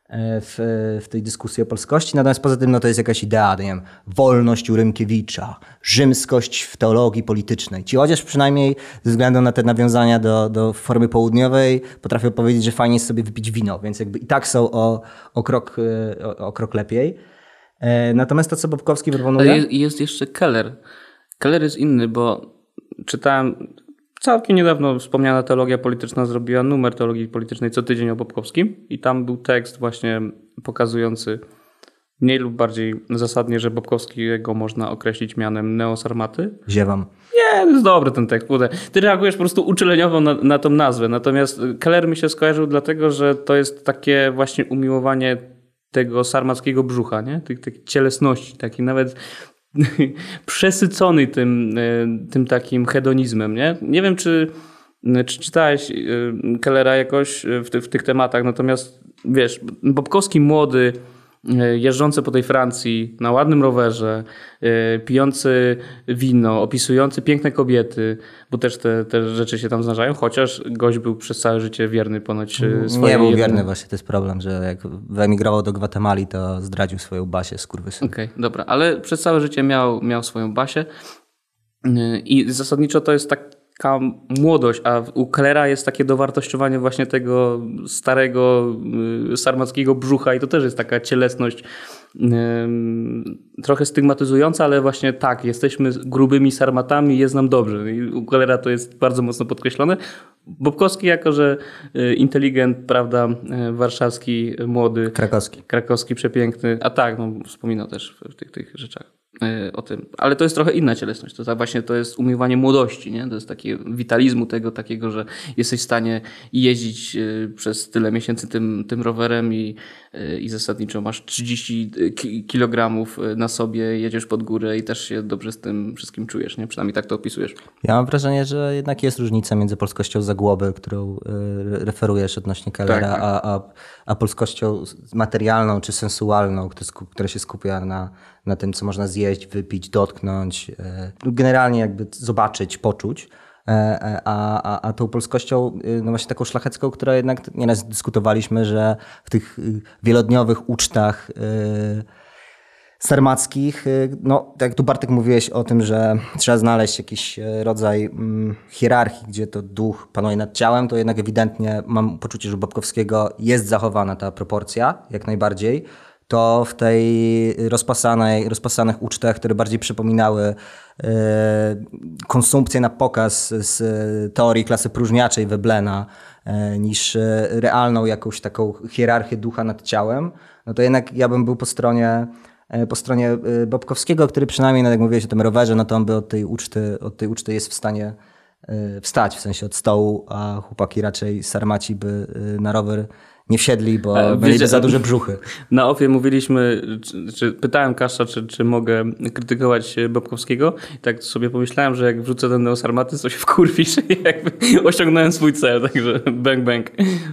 w tej dyskusji o polskości. Natomiast poza tym no to jest jakaś idea, nie wiem, wolność u Rymkiewicza, rzymskość w teologii politycznej. Ci chociaż przynajmniej ze względu na te nawiązania do formy południowej potrafią powiedzieć, że fajnie jest sobie wypić wino, więc jakby i tak są o krok lepiej. Natomiast to, co Bobkowski proponuje... Ale jest jeszcze Keller. Keller jest inny, bo czytałem... Całkiem niedawno wspomniana teologia polityczna zrobiła numer teologii politycznej co tydzień o Bobkowskim i tam był tekst właśnie pokazujący mniej lub bardziej zasadnie, że Bobkowskiego można określić mianem neosarmaty. Ziewam. Nie, to jest dobry ten tekst. Ty reagujesz po prostu uczuleniowo na tą nazwę. Natomiast Keller mi się skojarzył dlatego, że to jest takie właśnie umiłowanie tego sarmackiego brzucha, nie? Tych cielesności, taki nawet przesycony tym takim hedonizmem, nie? Nie wiem, czy czytałeś Kellera jakoś w tych tematach, natomiast wiesz, Bobkowski młody, jeżdżący po tej Francji na ładnym rowerze, pijący wino, opisujący piękne kobiety, bo też te rzeczy się tam zdarzają, chociaż gość był przez całe życie wierny ponoć swojej... Nie był wierny właśnie, to jest problem, że jak wyemigrował do Gwatemali, to zdradził swoją Basię, skurwysyn. Okej, dobra, ale przez całe życie miał swoją Basię i zasadniczo to jest taka młodość, a u Kellera jest takie dowartościowanie właśnie tego starego sarmackiego brzucha i to też jest taka cielesność trochę stygmatyzująca, ale właśnie tak, jesteśmy grubymi sarmatami, jest nam dobrze. I u Kellera to jest bardzo mocno podkreślone. Bobkowski jako, że inteligent, prawda, warszawski, młody. Krakowski, przepiękny. A tak, no, wspominał też w tych rzeczach o tym. Ale to jest trochę inna cielesność. To właśnie to jest umiłowanie młodości, nie? To jest takie witalizmu tego takiego, że jesteś w stanie jeździć przez tyle miesięcy tym rowerem i zasadniczo masz 30 kilogramów na sobie, jedziesz pod górę i też się dobrze z tym wszystkim czujesz, nie? Przynajmniej tak to opisujesz. Ja mam wrażenie, że jednak jest różnica między polskością Zagłoby, którą referujesz odnośnie Kellera, tak. a polskością materialną czy sensualną, która się skupia na tym, co można zjeść, wypić, dotknąć, generalnie jakby zobaczyć, poczuć. A tą polskością, no właśnie taką szlachecką, która jednak nieraz dyskutowaliśmy, że w tych wielodniowych ucztach sarmackich, no tak jak tu Bartek mówiłeś o tym, że trzeba znaleźć jakiś rodzaj hierarchii, gdzie to duch panuje nad ciałem, to jednak ewidentnie mam poczucie, że u Bobkowskiego jest zachowana ta proporcja, jak najbardziej. To w tej rozpasanych ucztach, które bardziej przypominały konsumpcję na pokaz z teorii klasy próżniaczej Veblen'a niż realną jakąś taką hierarchię ducha nad ciałem, no to jednak ja bym był po stronie Bobkowskiego, który przynajmniej, no jak mówiłeś o tym rowerze, no to on by od tej uczty jest w stanie wstać, w sensie od stołu, a chłopaki raczej sarmaci by na rower nie wsiedli, bo mieliby za duże brzuchy. Na ofie mówiliśmy, pytałem Kasza, czy mogę krytykować Bobkowskiego i tak sobie pomyślałem, że jak wrzucę ten neosarmatyzm, to się wkurwisz i jakby osiągnąłem swój cel, także bang bang.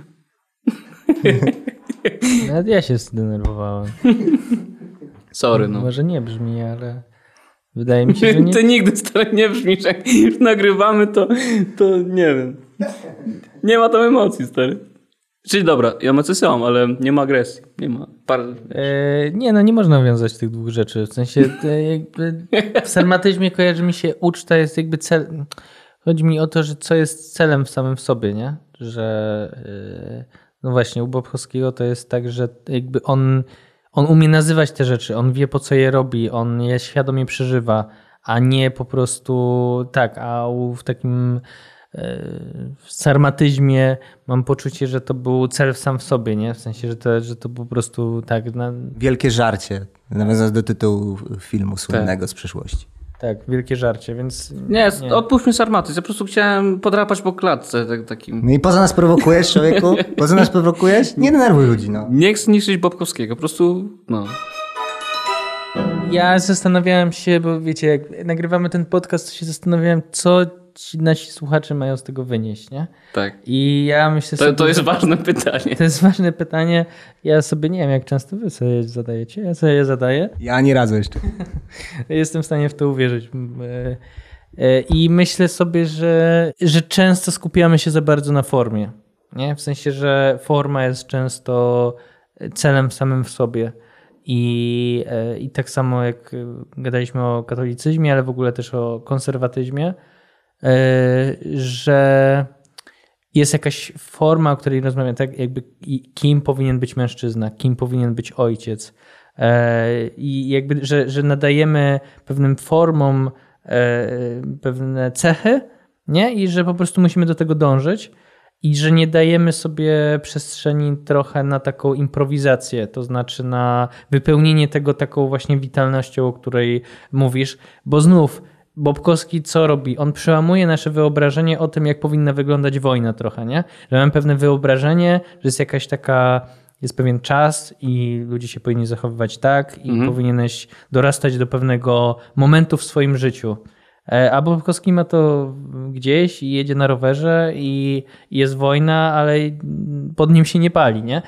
Nawet ja się zdenerwowałem. Sorry, no. Może nie brzmi, ale wydaje mi się, że nie. Ty nigdy stary nie brzmisz, jak już nagrywamy, to nie wiem. Nie ma tam emocji, stary. Czyli dobra, emocje są, ale nie ma agresji. Nie ma nie można wiązać tych dwóch rzeczy. W sensie jakby w sarmatyzmie kojarzy mi się uczta jest jakby cel. Chodzi mi o to, że co jest celem w samym w sobie, nie? Że No właśnie, u Bobkowskiego to jest tak, że jakby on umie nazywać te rzeczy, on wie po co je robi, on je świadomie przeżywa, a nie po prostu tak, w takim sarmatyzmie mam poczucie, że to był cel sam w sobie, nie? W sensie, że to po prostu tak... Wielkie żarcie, nawiązując do tytułu filmu słynnego z przeszłości. Tak, wielkie żarcie, więc... Nie, odpuśćmy sarmatyzm. Ja po prostu chciałem podrapać po klatce takim. No i poza nas prowokujesz, człowieku? Poza nas prowokujesz? Nie denerwuj ludzi, no. Nie chcę niszczyć Bobkowskiego, po prostu no. Ja zastanawiałem się, bo wiecie, jak nagrywamy ten podcast, to się zastanawiałem, co ci nasi słuchacze mają z tego wynieść, nie? Tak. I ja myślę sobie... To jest ważne pytanie. To jest ważne pytanie. Ja sobie nie wiem, jak często wy sobie je zadajecie. Ja sobie je zadaję. Ja nie radzę jeszcze. Jestem w stanie w to uwierzyć. I myślę sobie, że często skupiamy się za bardzo na formie. Nie? W sensie, że forma jest często celem samym w sobie. I tak samo jak gadaliśmy o katolicyzmie, ale w ogóle też o konserwatyzmie, że jest jakaś forma, o której rozmawiam, tak jakby kim powinien być mężczyzna, kim powinien być ojciec. I jakby, że nadajemy pewnym formom pewne cechy, nie? I że po prostu musimy do tego dążyć i że nie dajemy sobie przestrzeni trochę na taką improwizację, to znaczy na wypełnienie tego taką właśnie witalnością, o której mówisz, bo znów Bobkowski co robi? On przełamuje nasze wyobrażenie o tym, jak powinna wyglądać wojna trochę, nie? Że mamy pewne wyobrażenie, że jest jakaś taka, jest pewien czas i ludzie się powinni zachowywać tak i powinieneś dorastać do pewnego momentu w swoim życiu. A Bobkowski ma to gdzieś i jedzie na rowerze i jest wojna, ale pod nim się nie pali, nie?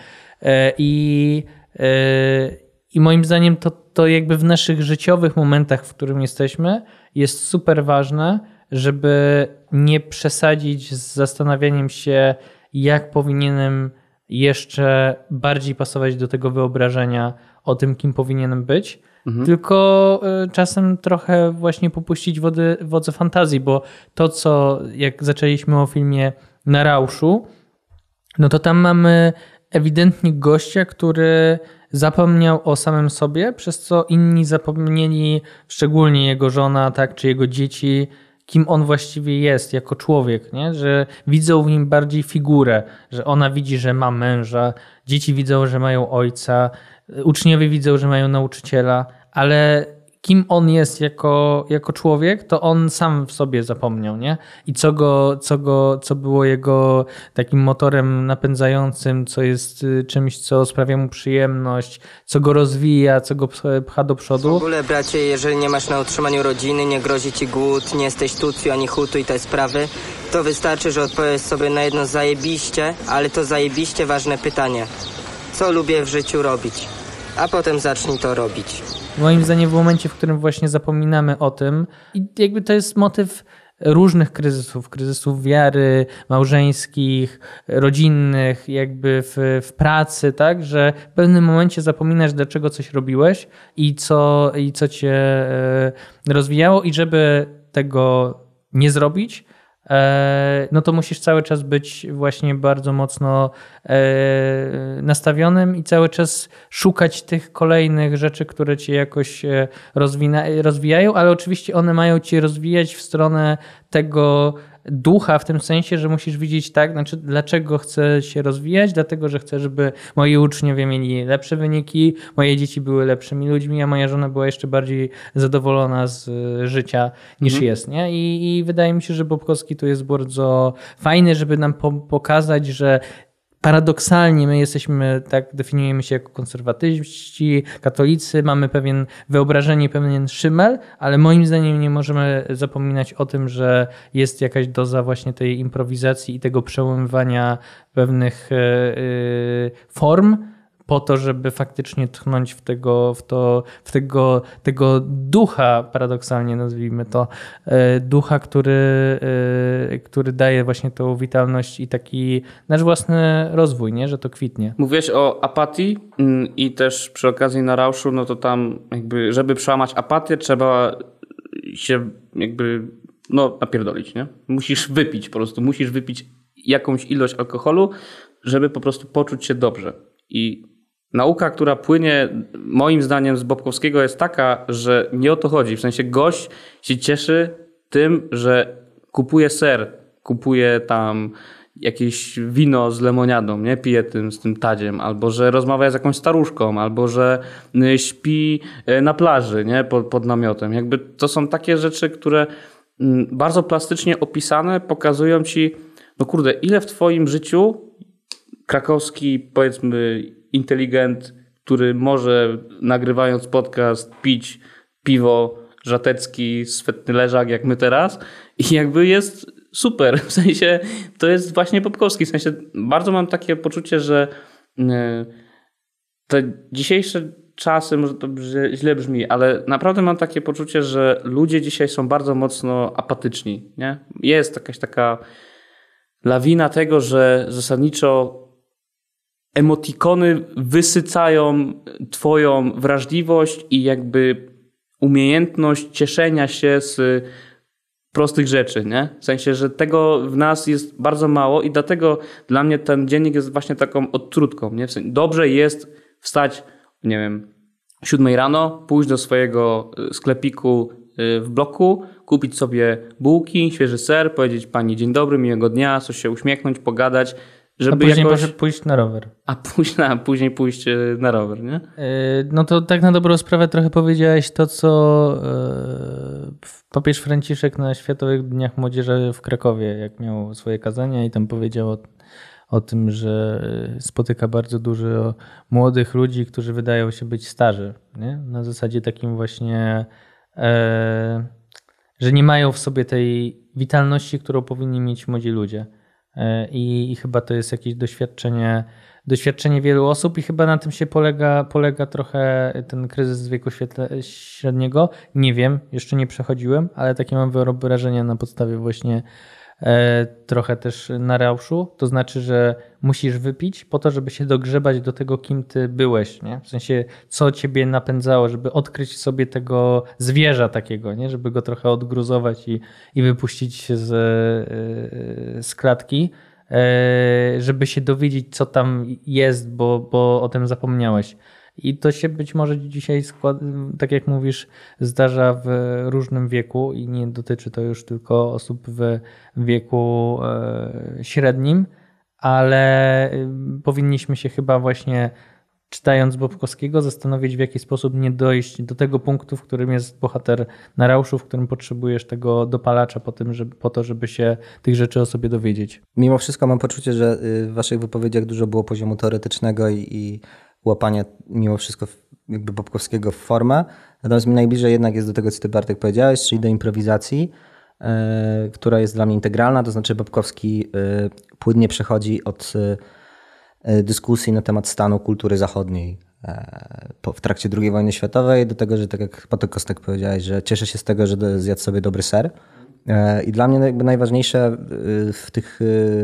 I moim zdaniem to jakby w naszych życiowych momentach, w którym jesteśmy, jest super ważne, żeby nie przesadzić z zastanawianiem się, jak powinienem jeszcze bardziej pasować do tego wyobrażenia o tym, kim powinienem być, tylko czasem trochę właśnie popuścić wodze fantazji, bo to, co jak zaczęliśmy o filmie Na Rauszu, no to tam mamy ewidentnie gościa, który zapomniał o samym sobie, przez co inni zapomnieli, szczególnie jego żona, tak, czy jego dzieci, kim on właściwie jest jako człowiek, nie? Że widzą w nim bardziej figurę, że ona widzi, że ma męża, dzieci widzą, że mają ojca, uczniowie widzą, że mają nauczyciela, ale kim on jest jako człowiek, to on sam w sobie zapomniał, nie? I co było jego takim motorem napędzającym, co jest czymś, co sprawia mu przyjemność, co go rozwija, co go pcha do przodu. W ogóle, bracie, jeżeli nie masz na utrzymaniu rodziny, nie grozi ci głód, nie jesteś tucju ani hutu i te sprawy, to wystarczy, że odpowiesz sobie na jedno zajebiście, ale to zajebiście ważne pytanie. Co lubię w życiu robić? A potem zacznij to robić. Moim zdaniem w momencie, w którym właśnie zapominamy o tym, i jakby to jest motyw różnych kryzysów wiary, małżeńskich, rodzinnych, jakby w pracy, tak, że w pewnym momencie zapominasz, dlaczego coś robiłeś i co cię rozwijało i żeby tego nie zrobić, no to musisz cały czas być właśnie bardzo mocno nastawionym i cały czas szukać tych kolejnych rzeczy, które cię jakoś rozwijają, ale oczywiście one mają cię rozwijać w stronę tego ducha, w tym sensie, że musisz widzieć tak, znaczy dlaczego chcę się rozwijać, dlatego, że chcę, żeby moi uczniowie mieli lepsze wyniki, moje dzieci były lepszymi ludźmi, a moja żona była jeszcze bardziej zadowolona z życia niż jest, nie? I wydaje mi się, że Bobkowski tu jest bardzo fajny, żeby nam pokazać, że paradoksalnie my jesteśmy, tak definiujemy się jako konserwatyści, katolicy, mamy pewien wyobrażenie, pewien szymel, ale moim zdaniem nie możemy zapominać o tym, że jest jakaś doza właśnie tej improwizacji i tego przełamywania pewnych form po to, żeby faktycznie tchnąć w tego ducha, paradoksalnie nazwijmy to, ducha, który daje właśnie tą witalność i taki nasz własny rozwój, nie? Że to kwitnie. Mówiłeś o apatii i też przy okazji Na Rauszu, no to tam jakby, żeby przełamać apatię, trzeba się jakby napierdolić, nie? Musisz wypić po prostu, musisz wypić jakąś ilość alkoholu, żeby po prostu poczuć się dobrze. I nauka, która płynie moim zdaniem z Bobkowskiego jest taka, że nie o to chodzi. W sensie gość się cieszy tym, że kupuje ser, kupuje tam jakieś wino z lemoniadą, nie? Pije z tym tadziem, albo że rozmawia z jakąś staruszką, albo że śpi na plaży, nie? Pod namiotem. Jakby to są takie rzeczy, które bardzo plastycznie opisane pokazują ci, no kurde, ile w twoim życiu krakowski, powiedzmy, inteligent, który może nagrywając podcast pić piwo żatecki, swetny leżak jak my teraz i jakby jest super. W sensie to jest właśnie Bobkowski. W sensie bardzo mam takie poczucie, że te dzisiejsze czasy, może to źle brzmi, ale naprawdę mam takie poczucie, że ludzie dzisiaj są bardzo mocno apatyczni. Nie? Jest jakaś taka lawina tego, że zasadniczo emotikony wysycają twoją wrażliwość i jakby umiejętność cieszenia się z prostych rzeczy, nie? W sensie, że tego w nas jest bardzo mało i dlatego dla mnie ten dziennik jest właśnie taką odtrutką, nie? W sensie, dobrze jest wstać, nie wiem, 7 rano, pójść do swojego sklepiku w bloku, kupić sobie bułki, świeży ser, powiedzieć pani dzień dobry, miłego dnia, coś się uśmiechnąć, pogadać, żeby a później jakoś... pójść na rower. Później pójść na rower, nie? No to tak na dobrą sprawę trochę powiedziałeś to, co papież Franciszek na Światowych Dniach Młodzieży w Krakowie, jak miał swoje kazania i tam powiedział o tym, że spotyka bardzo dużo młodych ludzi, którzy wydają się być starzy. Nie? Na zasadzie takim właśnie, że nie mają w sobie tej witalności, którą powinni mieć młodzi ludzie. I chyba to jest jakieś doświadczenie wielu osób i chyba na tym się polega trochę ten kryzys wieku średniego. Nie wiem, jeszcze nie przechodziłem, ale takie mam wyobrażenie na podstawie właśnie trochę też na rauszu. To znaczy, że musisz wypić po to, żeby się dogrzebać do tego, kim ty byłeś. Nie? W sensie, co ciebie napędzało, żeby odkryć sobie tego zwierza takiego, nie? Żeby go trochę odgruzować i wypuścić z klatki, żeby się dowiedzieć, co tam jest, bo o tym zapomniałeś. I to się być może dzisiaj, tak jak mówisz, zdarza w różnym wieku i nie dotyczy to już tylko osób w wieku średnim, ale powinniśmy się chyba właśnie, czytając Bobkowskiego, zastanowić, w jaki sposób nie dojść do tego punktu, w którym jest bohater na rauszu, w którym potrzebujesz tego dopalacza po to, żeby się tych rzeczy o sobie dowiedzieć. Mimo wszystko mam poczucie, że w waszych wypowiedziach dużo było poziomu teoretycznego i łapania mimo wszystko jakby Bobkowskiego w formę. Natomiast mi najbliżej jednak jest do tego, co ty, Bartek, powiedziałeś, czyli do improwizacji, która jest dla mnie integralna. To znaczy Bobkowski płynnie przechodzi od dyskusji na temat stanu kultury zachodniej w trakcie II wojny światowej do tego, że tak jak Paweł Kostek powiedziałeś, że cieszę się z tego, że zjadł sobie dobry ser. I dla mnie jakby najważniejsze w tych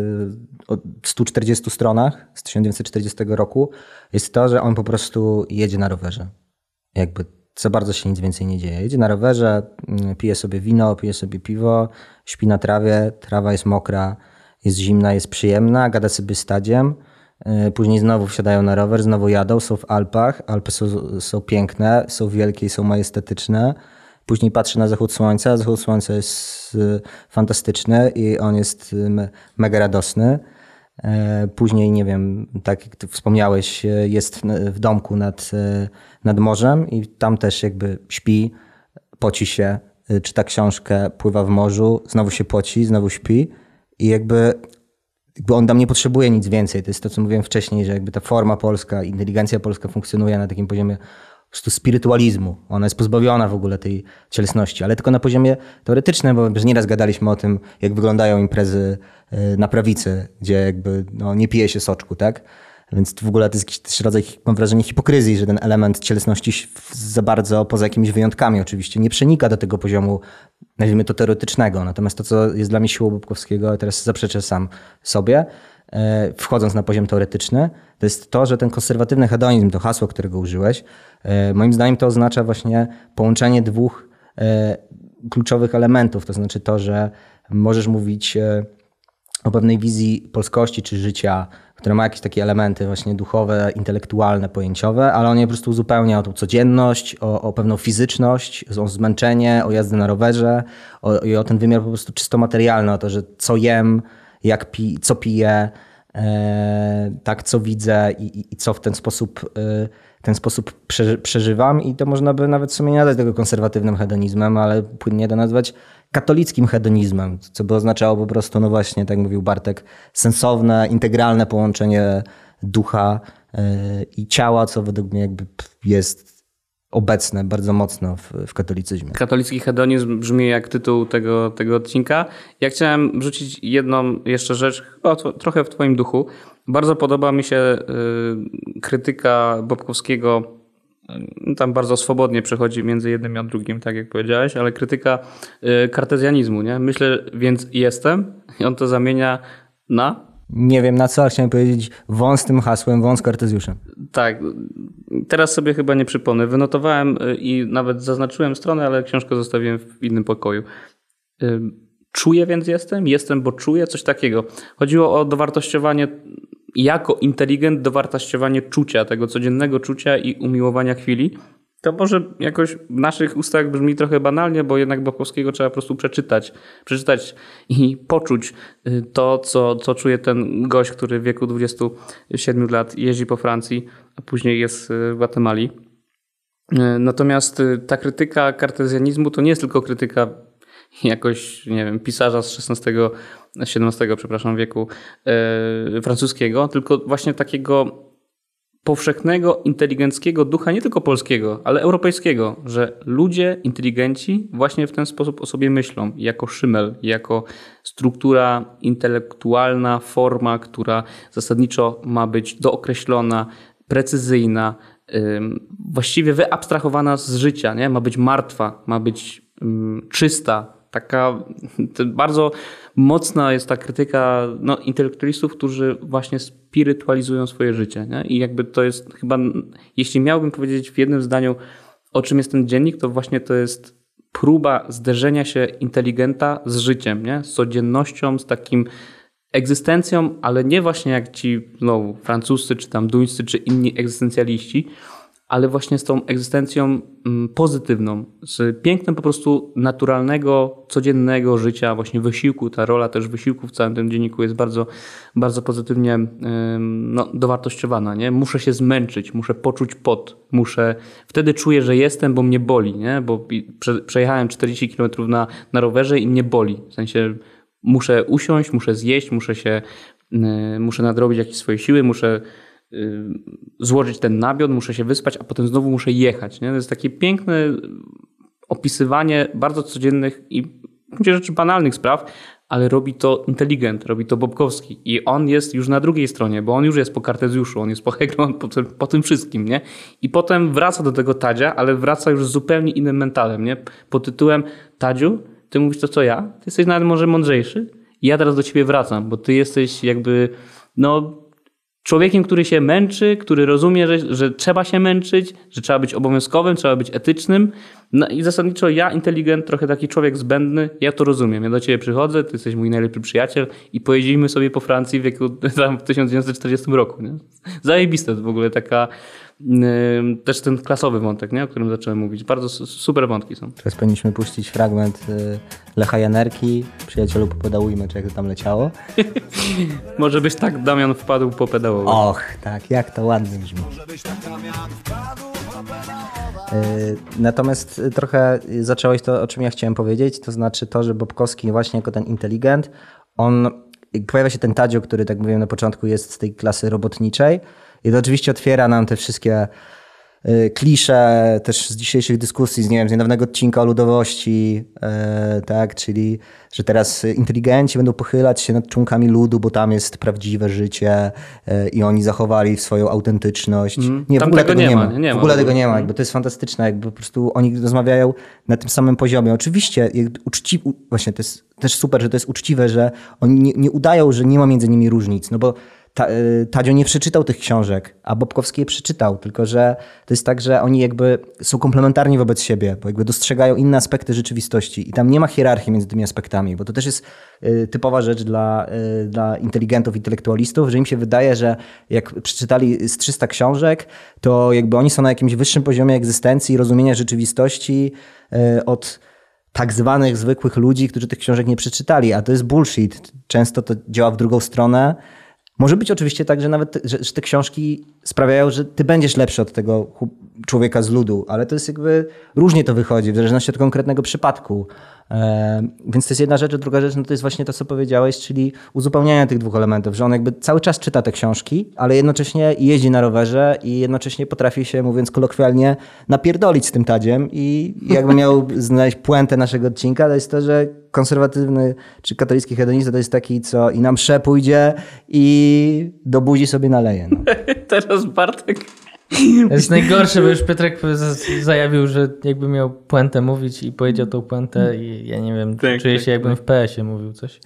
140 stronach z 1940 roku jest to, że on po prostu jedzie na rowerze. Jakby za bardzo się nic więcej nie dzieje. Jedzie na rowerze, pije sobie wino, pije sobie piwo, śpi na trawie, trawa jest mokra, jest zimna, jest przyjemna, gada sobie z tadziem. Później znowu wsiadają na rower, znowu jadą, są w Alpach. Alpy są piękne, są wielkie i są majestatyczne. Później patrzy na zachód słońca. Zachód słońca jest fantastyczny i on jest mega radosny. Później, nie wiem, tak jak ty wspomniałeś, jest w domku nad morzem i tam też jakby śpi, poci się, czyta książkę, pływa w morzu, znowu się poci, znowu śpi i jakby on tam nie potrzebuje nic więcej. To jest to, co mówiłem wcześniej, że jakby ta forma polska, inteligencja polska funkcjonuje na takim poziomie po prostu spirytualizmu. Ona jest pozbawiona w ogóle tej cielesności, ale tylko na poziomie teoretycznym, bo już nieraz gadaliśmy o tym, jak wyglądają imprezy na prawicy, gdzie jakby nie pije się soczku, tak? Więc w ogóle to jest jakiś też rodzaj, mam wrażenie, hipokryzji, że ten element cielesności za bardzo, poza jakimiś wyjątkami oczywiście, nie przenika do tego poziomu, nazwijmy to, teoretycznego. Natomiast to, co jest dla mnie siłą Bobkowskiego, a teraz zaprzeczę sam sobie, wchodząc na poziom teoretyczny, to jest to, że ten konserwatywny hedonizm, to hasło, którego użyłeś, moim zdaniem to oznacza właśnie połączenie dwóch kluczowych elementów. To znaczy to, że możesz mówić o pewnej wizji polskości czy życia które ma jakieś takie elementy właśnie duchowe, intelektualne, pojęciowe, ale on je po prostu uzupełnia o tą codzienność, o pewną fizyczność, o zmęczenie, o jazdę na rowerze i o ten wymiar po prostu czysto materialny, o to, że co jem, co piję, tak co widzę i co w ten sposób przeżywam i to można by nawet w sumie nie nazwać tego konserwatywnym hedonizmem, ale płynnie to nazwać katolickim hedonizmem, co by oznaczało po prostu, no właśnie, tak jak mówił Bartek, sensowne, integralne połączenie ducha i ciała, co według mnie jakby jest obecne bardzo mocno w katolicyzmie. Katolicki hedonizm brzmi jak tytuł tego odcinka. Ja chciałem wrzucić jedną jeszcze rzecz, chyba trochę w twoim duchu. Bardzo podoba mi się krytyka Bobkowskiego. Tam bardzo swobodnie przechodzi między jednym a drugim, tak jak powiedziałeś, ale krytyka kartezjanizmu, nie? Myślę, więc jestem i on to zamienia na... Nie wiem na co, ale chciałem powiedzieć wąs tym hasłem, wąs kartezjuszem. Tak, teraz sobie chyba nie przypomnę. Wynotowałem i nawet zaznaczyłem stronę, ale książkę zostawiłem w innym pokoju. Czuję, więc jestem, bo czuję, coś takiego. Chodziło o dowartościowanie jako inteligent, dowartościowanie czucia, tego codziennego czucia i umiłowania chwili. To może jakoś w naszych ustach brzmi trochę banalnie, bo jednak Bobkowskiego trzeba po prostu przeczytać i poczuć to, co czuje ten gość, który w wieku 27 lat jeździ po Francji, a później jest w Gwatemali. Natomiast ta krytyka kartezjanizmu to nie jest tylko krytyka jakoś, nie wiem, pisarza z XVII wieku francuskiego, tylko właśnie takiego powszechnego, inteligenckiego ducha, nie tylko polskiego, ale europejskiego, że ludzie inteligenci właśnie w ten sposób o sobie myślą, jako szymel, jako struktura intelektualna, forma, która zasadniczo ma być dookreślona, precyzyjna, właściwie wyabstrahowana z życia, nie? Ma być martwa, ma być czysta. Taka bardzo mocna jest ta krytyka intelektualistów, którzy właśnie spirytualizują swoje życie. Nie? I jakby to jest chyba, jeśli miałbym powiedzieć w jednym zdaniu, o czym jest ten dziennik, to właśnie to jest próba zderzenia się inteligenta z życiem, nie? Z codziennością, z takim egzystencją, ale nie właśnie jak ci znowu francuscy, czy tam duńscy, czy inni egzystencjaliści, ale właśnie z tą egzystencją pozytywną, z pięknem po prostu naturalnego, codziennego życia, właśnie wysiłku. Ta rola też wysiłku w całym tym dzienniku jest bardzo, bardzo pozytywnie dowartościowana. Nie? Muszę się zmęczyć, muszę poczuć pot, wtedy czuję, że jestem, bo mnie boli, nie? Bo przejechałem 40 km na rowerze i mnie boli. W sensie muszę usiąść, muszę zjeść, muszę nadrobić jakieś swoje siły, muszę złożyć ten nabiot, muszę się wyspać, a potem znowu muszę jechać. Nie? To jest takie piękne opisywanie bardzo codziennych i w gruncie rzeczy banalnych spraw, ale robi to inteligent, robi to Bobkowski i on jest już na drugiej stronie, bo on już jest po Kartezjuszu, on jest po Hegelu, po tym wszystkim, nie? I potem wraca do tego Tadzia, ale wraca już z zupełnie innym mentalem, nie? Pod tytułem: Tadziu, ty mówisz to co ja? Ty jesteś nawet może mądrzejszy i ja teraz do ciebie wracam, bo ty jesteś jakby człowiekiem, który się męczy, który rozumie, że trzeba się męczyć, że trzeba być obowiązkowym, trzeba być etycznym. No i zasadniczo ja, inteligent, trochę taki człowiek zbędny, ja to rozumiem. Ja do ciebie przychodzę, ty jesteś mój najlepszy przyjaciel i pojeździmy sobie po Francji w 1940 roku. Nie? Zajebiste to w ogóle taka... Też ten klasowy wątek, nie? O którym zacząłem mówić. Bardzo super wątki są. Teraz powinniśmy puścić fragment Lecha Janerki. Przyjacielu, popedałujmy, czy jak to tam leciało. Może byś tak, Damian, wpadł po pedałowi. Och, tak, jak to ładnie brzmi. Natomiast trochę zacząłeś to, o czym ja chciałem powiedzieć, to znaczy to, że Bobkowski właśnie jako ten inteligent, pojawia się ten Tadzio, który, tak mówiłem na początku, jest z tej klasy robotniczej. I to oczywiście otwiera nam te wszystkie klisze też z dzisiejszych dyskusji, z niedawnego odcinka o ludowości, tak, czyli że teraz inteligenci będą pochylać się nad członkami ludu, bo tam jest prawdziwe życie i oni zachowali swoją autentyczność. Nie, w ogóle tego nie ma. W ogóle tego nie ma. Jakby to jest fantastyczne, jakby po prostu oni rozmawiają na tym samym poziomie. Oczywiście właśnie to jest też super, że to jest uczciwe, że oni nie udają, że nie ma między nimi różnic, no bo Tadzio nie przeczytał tych książek, a Bobkowski je przeczytał, tylko że to jest tak, że oni jakby są komplementarni wobec siebie, bo jakby dostrzegają inne aspekty rzeczywistości i tam nie ma hierarchii między tymi aspektami, bo to też jest typowa rzecz dla inteligentów, intelektualistów, że im się wydaje, że jak przeczytali z 300 książek, to jakby oni są na jakimś wyższym poziomie egzystencji i rozumienia rzeczywistości od tak zwanych zwykłych ludzi, którzy tych książek nie przeczytali, a to jest bullshit. Często to działa w drugą stronę. Może być oczywiście tak, że nawet że te książki sprawiają, że ty będziesz lepszy od tego człowieka z ludu, ale to jest jakby różnie to wychodzi, w zależności od konkretnego przypadku. Więc to jest jedna rzecz, a druga rzecz no to jest właśnie to, co powiedziałeś, czyli uzupełnianie tych dwóch elementów, że on jakby cały czas czyta te książki, ale jednocześnie jeździ na rowerze i jednocześnie potrafi się, mówiąc kolokwialnie, napierdolić z tym Tadziem i jakby miał znaleźć puentę naszego odcinka, to jest to, że konserwatywny czy katolicki hedonista to jest taki, co i na mszę pójdzie i do buzi sobie naleje. No. Teraz Bartek... To jest najgorsze, bo już Piotrek zajawił, że jakby miał puentę mówić i powiedział tą puentę i ja nie wiem, czuję się jakbym w PS-ie mówił coś.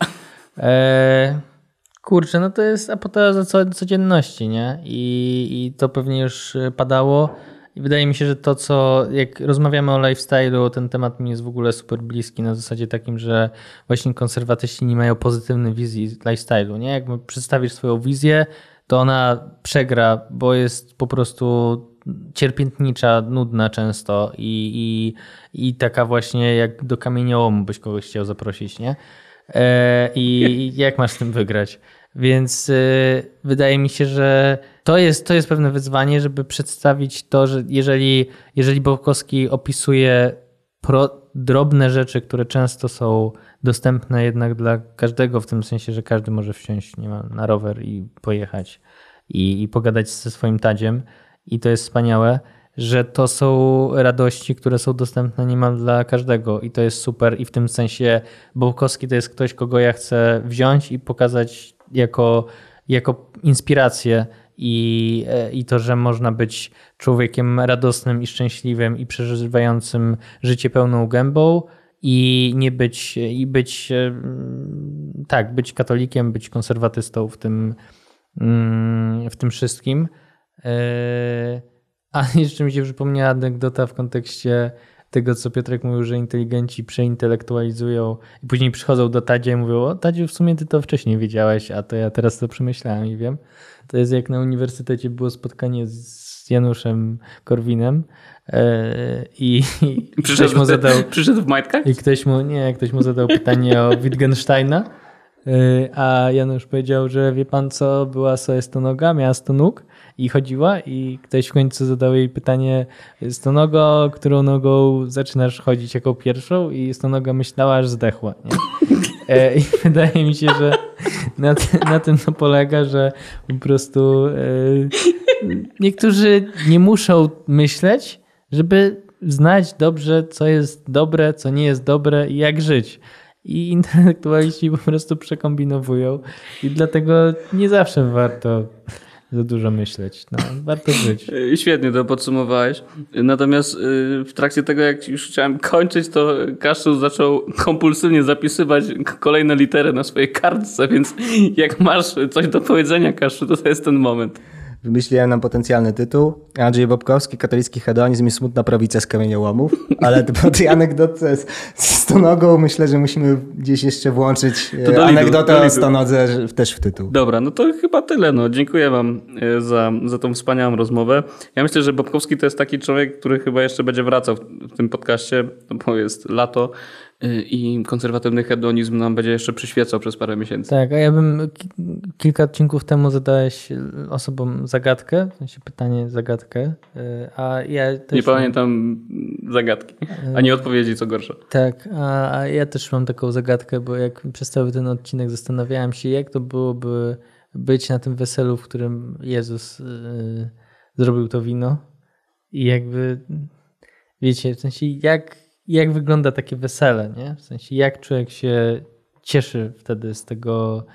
Kurczę, no to jest apoteoza codzienności, nie? I to pewnie już padało. I wydaje mi się, że to, co jak rozmawiamy o lifestyle'u, ten temat mi jest w ogóle super bliski na zasadzie takim, że właśnie konserwatyści nie mają pozytywnej wizji lifestyle'u, nie? Jak przedstawisz swoją wizję, to ona przegra, bo jest po prostu cierpiętnicza, nudna często i taka właśnie jak do kamieniołomu byś kogoś chciał zaprosić, nie? I jak masz z tym wygrać? Więc wydaje mi się, że to jest pewne wyzwanie, żeby przedstawić to, że jeżeli Bobkowski opisuje drobne rzeczy, które często są dostępne jednak dla każdego, w tym sensie, że każdy może wsiąść na rower i pojechać i pogadać ze swoim Tadziem i to jest wspaniałe, że to są radości, które są dostępne niemal dla każdego i to jest super i w tym sensie Bobkowski to jest ktoś, kogo ja chcę wziąć i pokazać jako inspirację i to, że można być człowiekiem radosnym i szczęśliwym i przeżywającym życie pełną gębą i nie być być katolikiem, być konserwatystą w tym wszystkim. A jeszcze mi się przypomniała anegdota w kontekście tego, co Piotrek mówił, że inteligenci przeintelektualizują i później przychodzą do Tadzia i mówią: o Tadziu, w sumie ty to wcześniej wiedziałeś, a to ja teraz to przemyślałem i wiem. To jest jak na uniwersytecie było spotkanie z Januszem Korwinem i ktoś mu zadał... Przyszedł w majtkach? I ktoś mu zadał pytanie o Wittgensteina, a Janusz powiedział, że wie pan co, była sobie stonoga, miała 100 nóg i chodziła i ktoś w końcu zadał jej pytanie: stonogo, którą nogą zaczynasz chodzić jako pierwszą? I stonoga myślała, aż zdechła. Nie? I wydaje mi się, że na tym to polega, że po prostu niektórzy nie muszą myśleć, żeby znać dobrze, co jest dobre, co nie jest dobre i jak żyć. I intelektualiści po prostu przekombinowują i dlatego nie zawsze warto za dużo myśleć. No, warto żyć. Świetnie to podsumowałeś. Natomiast w trakcie tego, jak już chciałem kończyć, to Kaszczur zaczął kompulsywnie zapisywać kolejne litery na swojej kartce, więc jak masz coś do powiedzenia, Kaszczur, to jest ten moment. Wymyśliłem nam potencjalny tytuł: Andrzej Bobkowski, katolicki hedonizm i smutna prawica z kamieniołomów. Ale po tej anegdotce z stonogą myślę, że musimy gdzieś jeszcze włączyć anegdotę o stonodze też w tytuł. Dobra, no to chyba tyle. No. Dziękuję wam za tą wspaniałą rozmowę. Ja myślę, że Bobkowski to jest taki człowiek, który chyba jeszcze będzie wracał w tym podcaście, bo jest lato i konserwatywny hedonizm nam będzie jeszcze przyświecał przez parę miesięcy. Tak, a ja bym kilka odcinków temu zadałeś osobom zagadkę, w sensie pytanie, zagadkę, a ja też... Nie pamiętam zagadki, ani odpowiedzi, co gorsza. Tak, a ja też mam taką zagadkę, bo jak przez cały ten odcinek zastanawiałem się, jak to byłoby być na tym weselu, w którym Jezus zrobił to wino i jakby, wiecie, w sensie jak wygląda takie wesele, nie? W sensie jak człowiek się cieszy wtedy z tego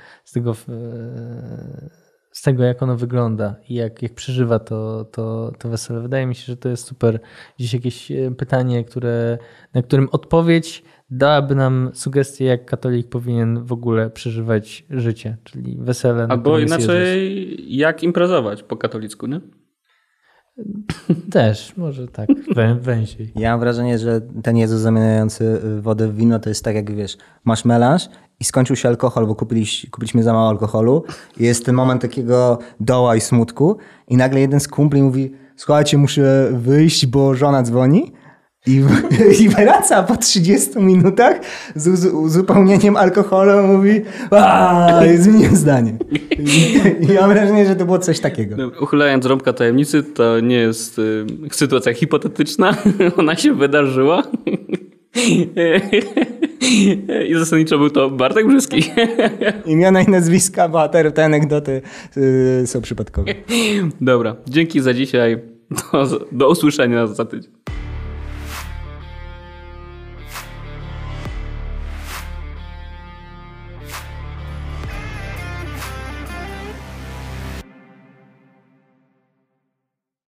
jak ono wygląda i jak przeżywa to wesele. Wydaje mi się, że to jest super gdzieś jakieś pytanie, na którym odpowiedź dałaby nam sugestię, jak katolik powinien w ogóle przeżywać życie, czyli wesele. na Albo którym jest inaczej, jak imprezować po katolicku, nie? Jezus. Też, może tak, węziej. Ja mam wrażenie, że ten Jezus zamieniający wodę w wino to jest tak jak, wiesz, masz melanż i skończył się alkohol, bo kupiliśmy za mało alkoholu i jest ten moment takiego doła i smutku i nagle jeden z kumpli mówi: słuchajcie, muszę wyjść, bo żona dzwoni. I wraca po 30 minutach z uzupełnieniem alkoholu, mówi: zmieniłem zdanie. I mam wrażenie, że to było coś takiego. Uchylając rąbka tajemnicy, to nie jest sytuacja hipotetyczna, ona się wydarzyła. I zasadniczo był to Bartek Brzyski. Imiona i nazwiska bohaterów tej anegdoty są przypadkowe. Dobra, dzięki za dzisiaj. Do usłyszenia za tydzień.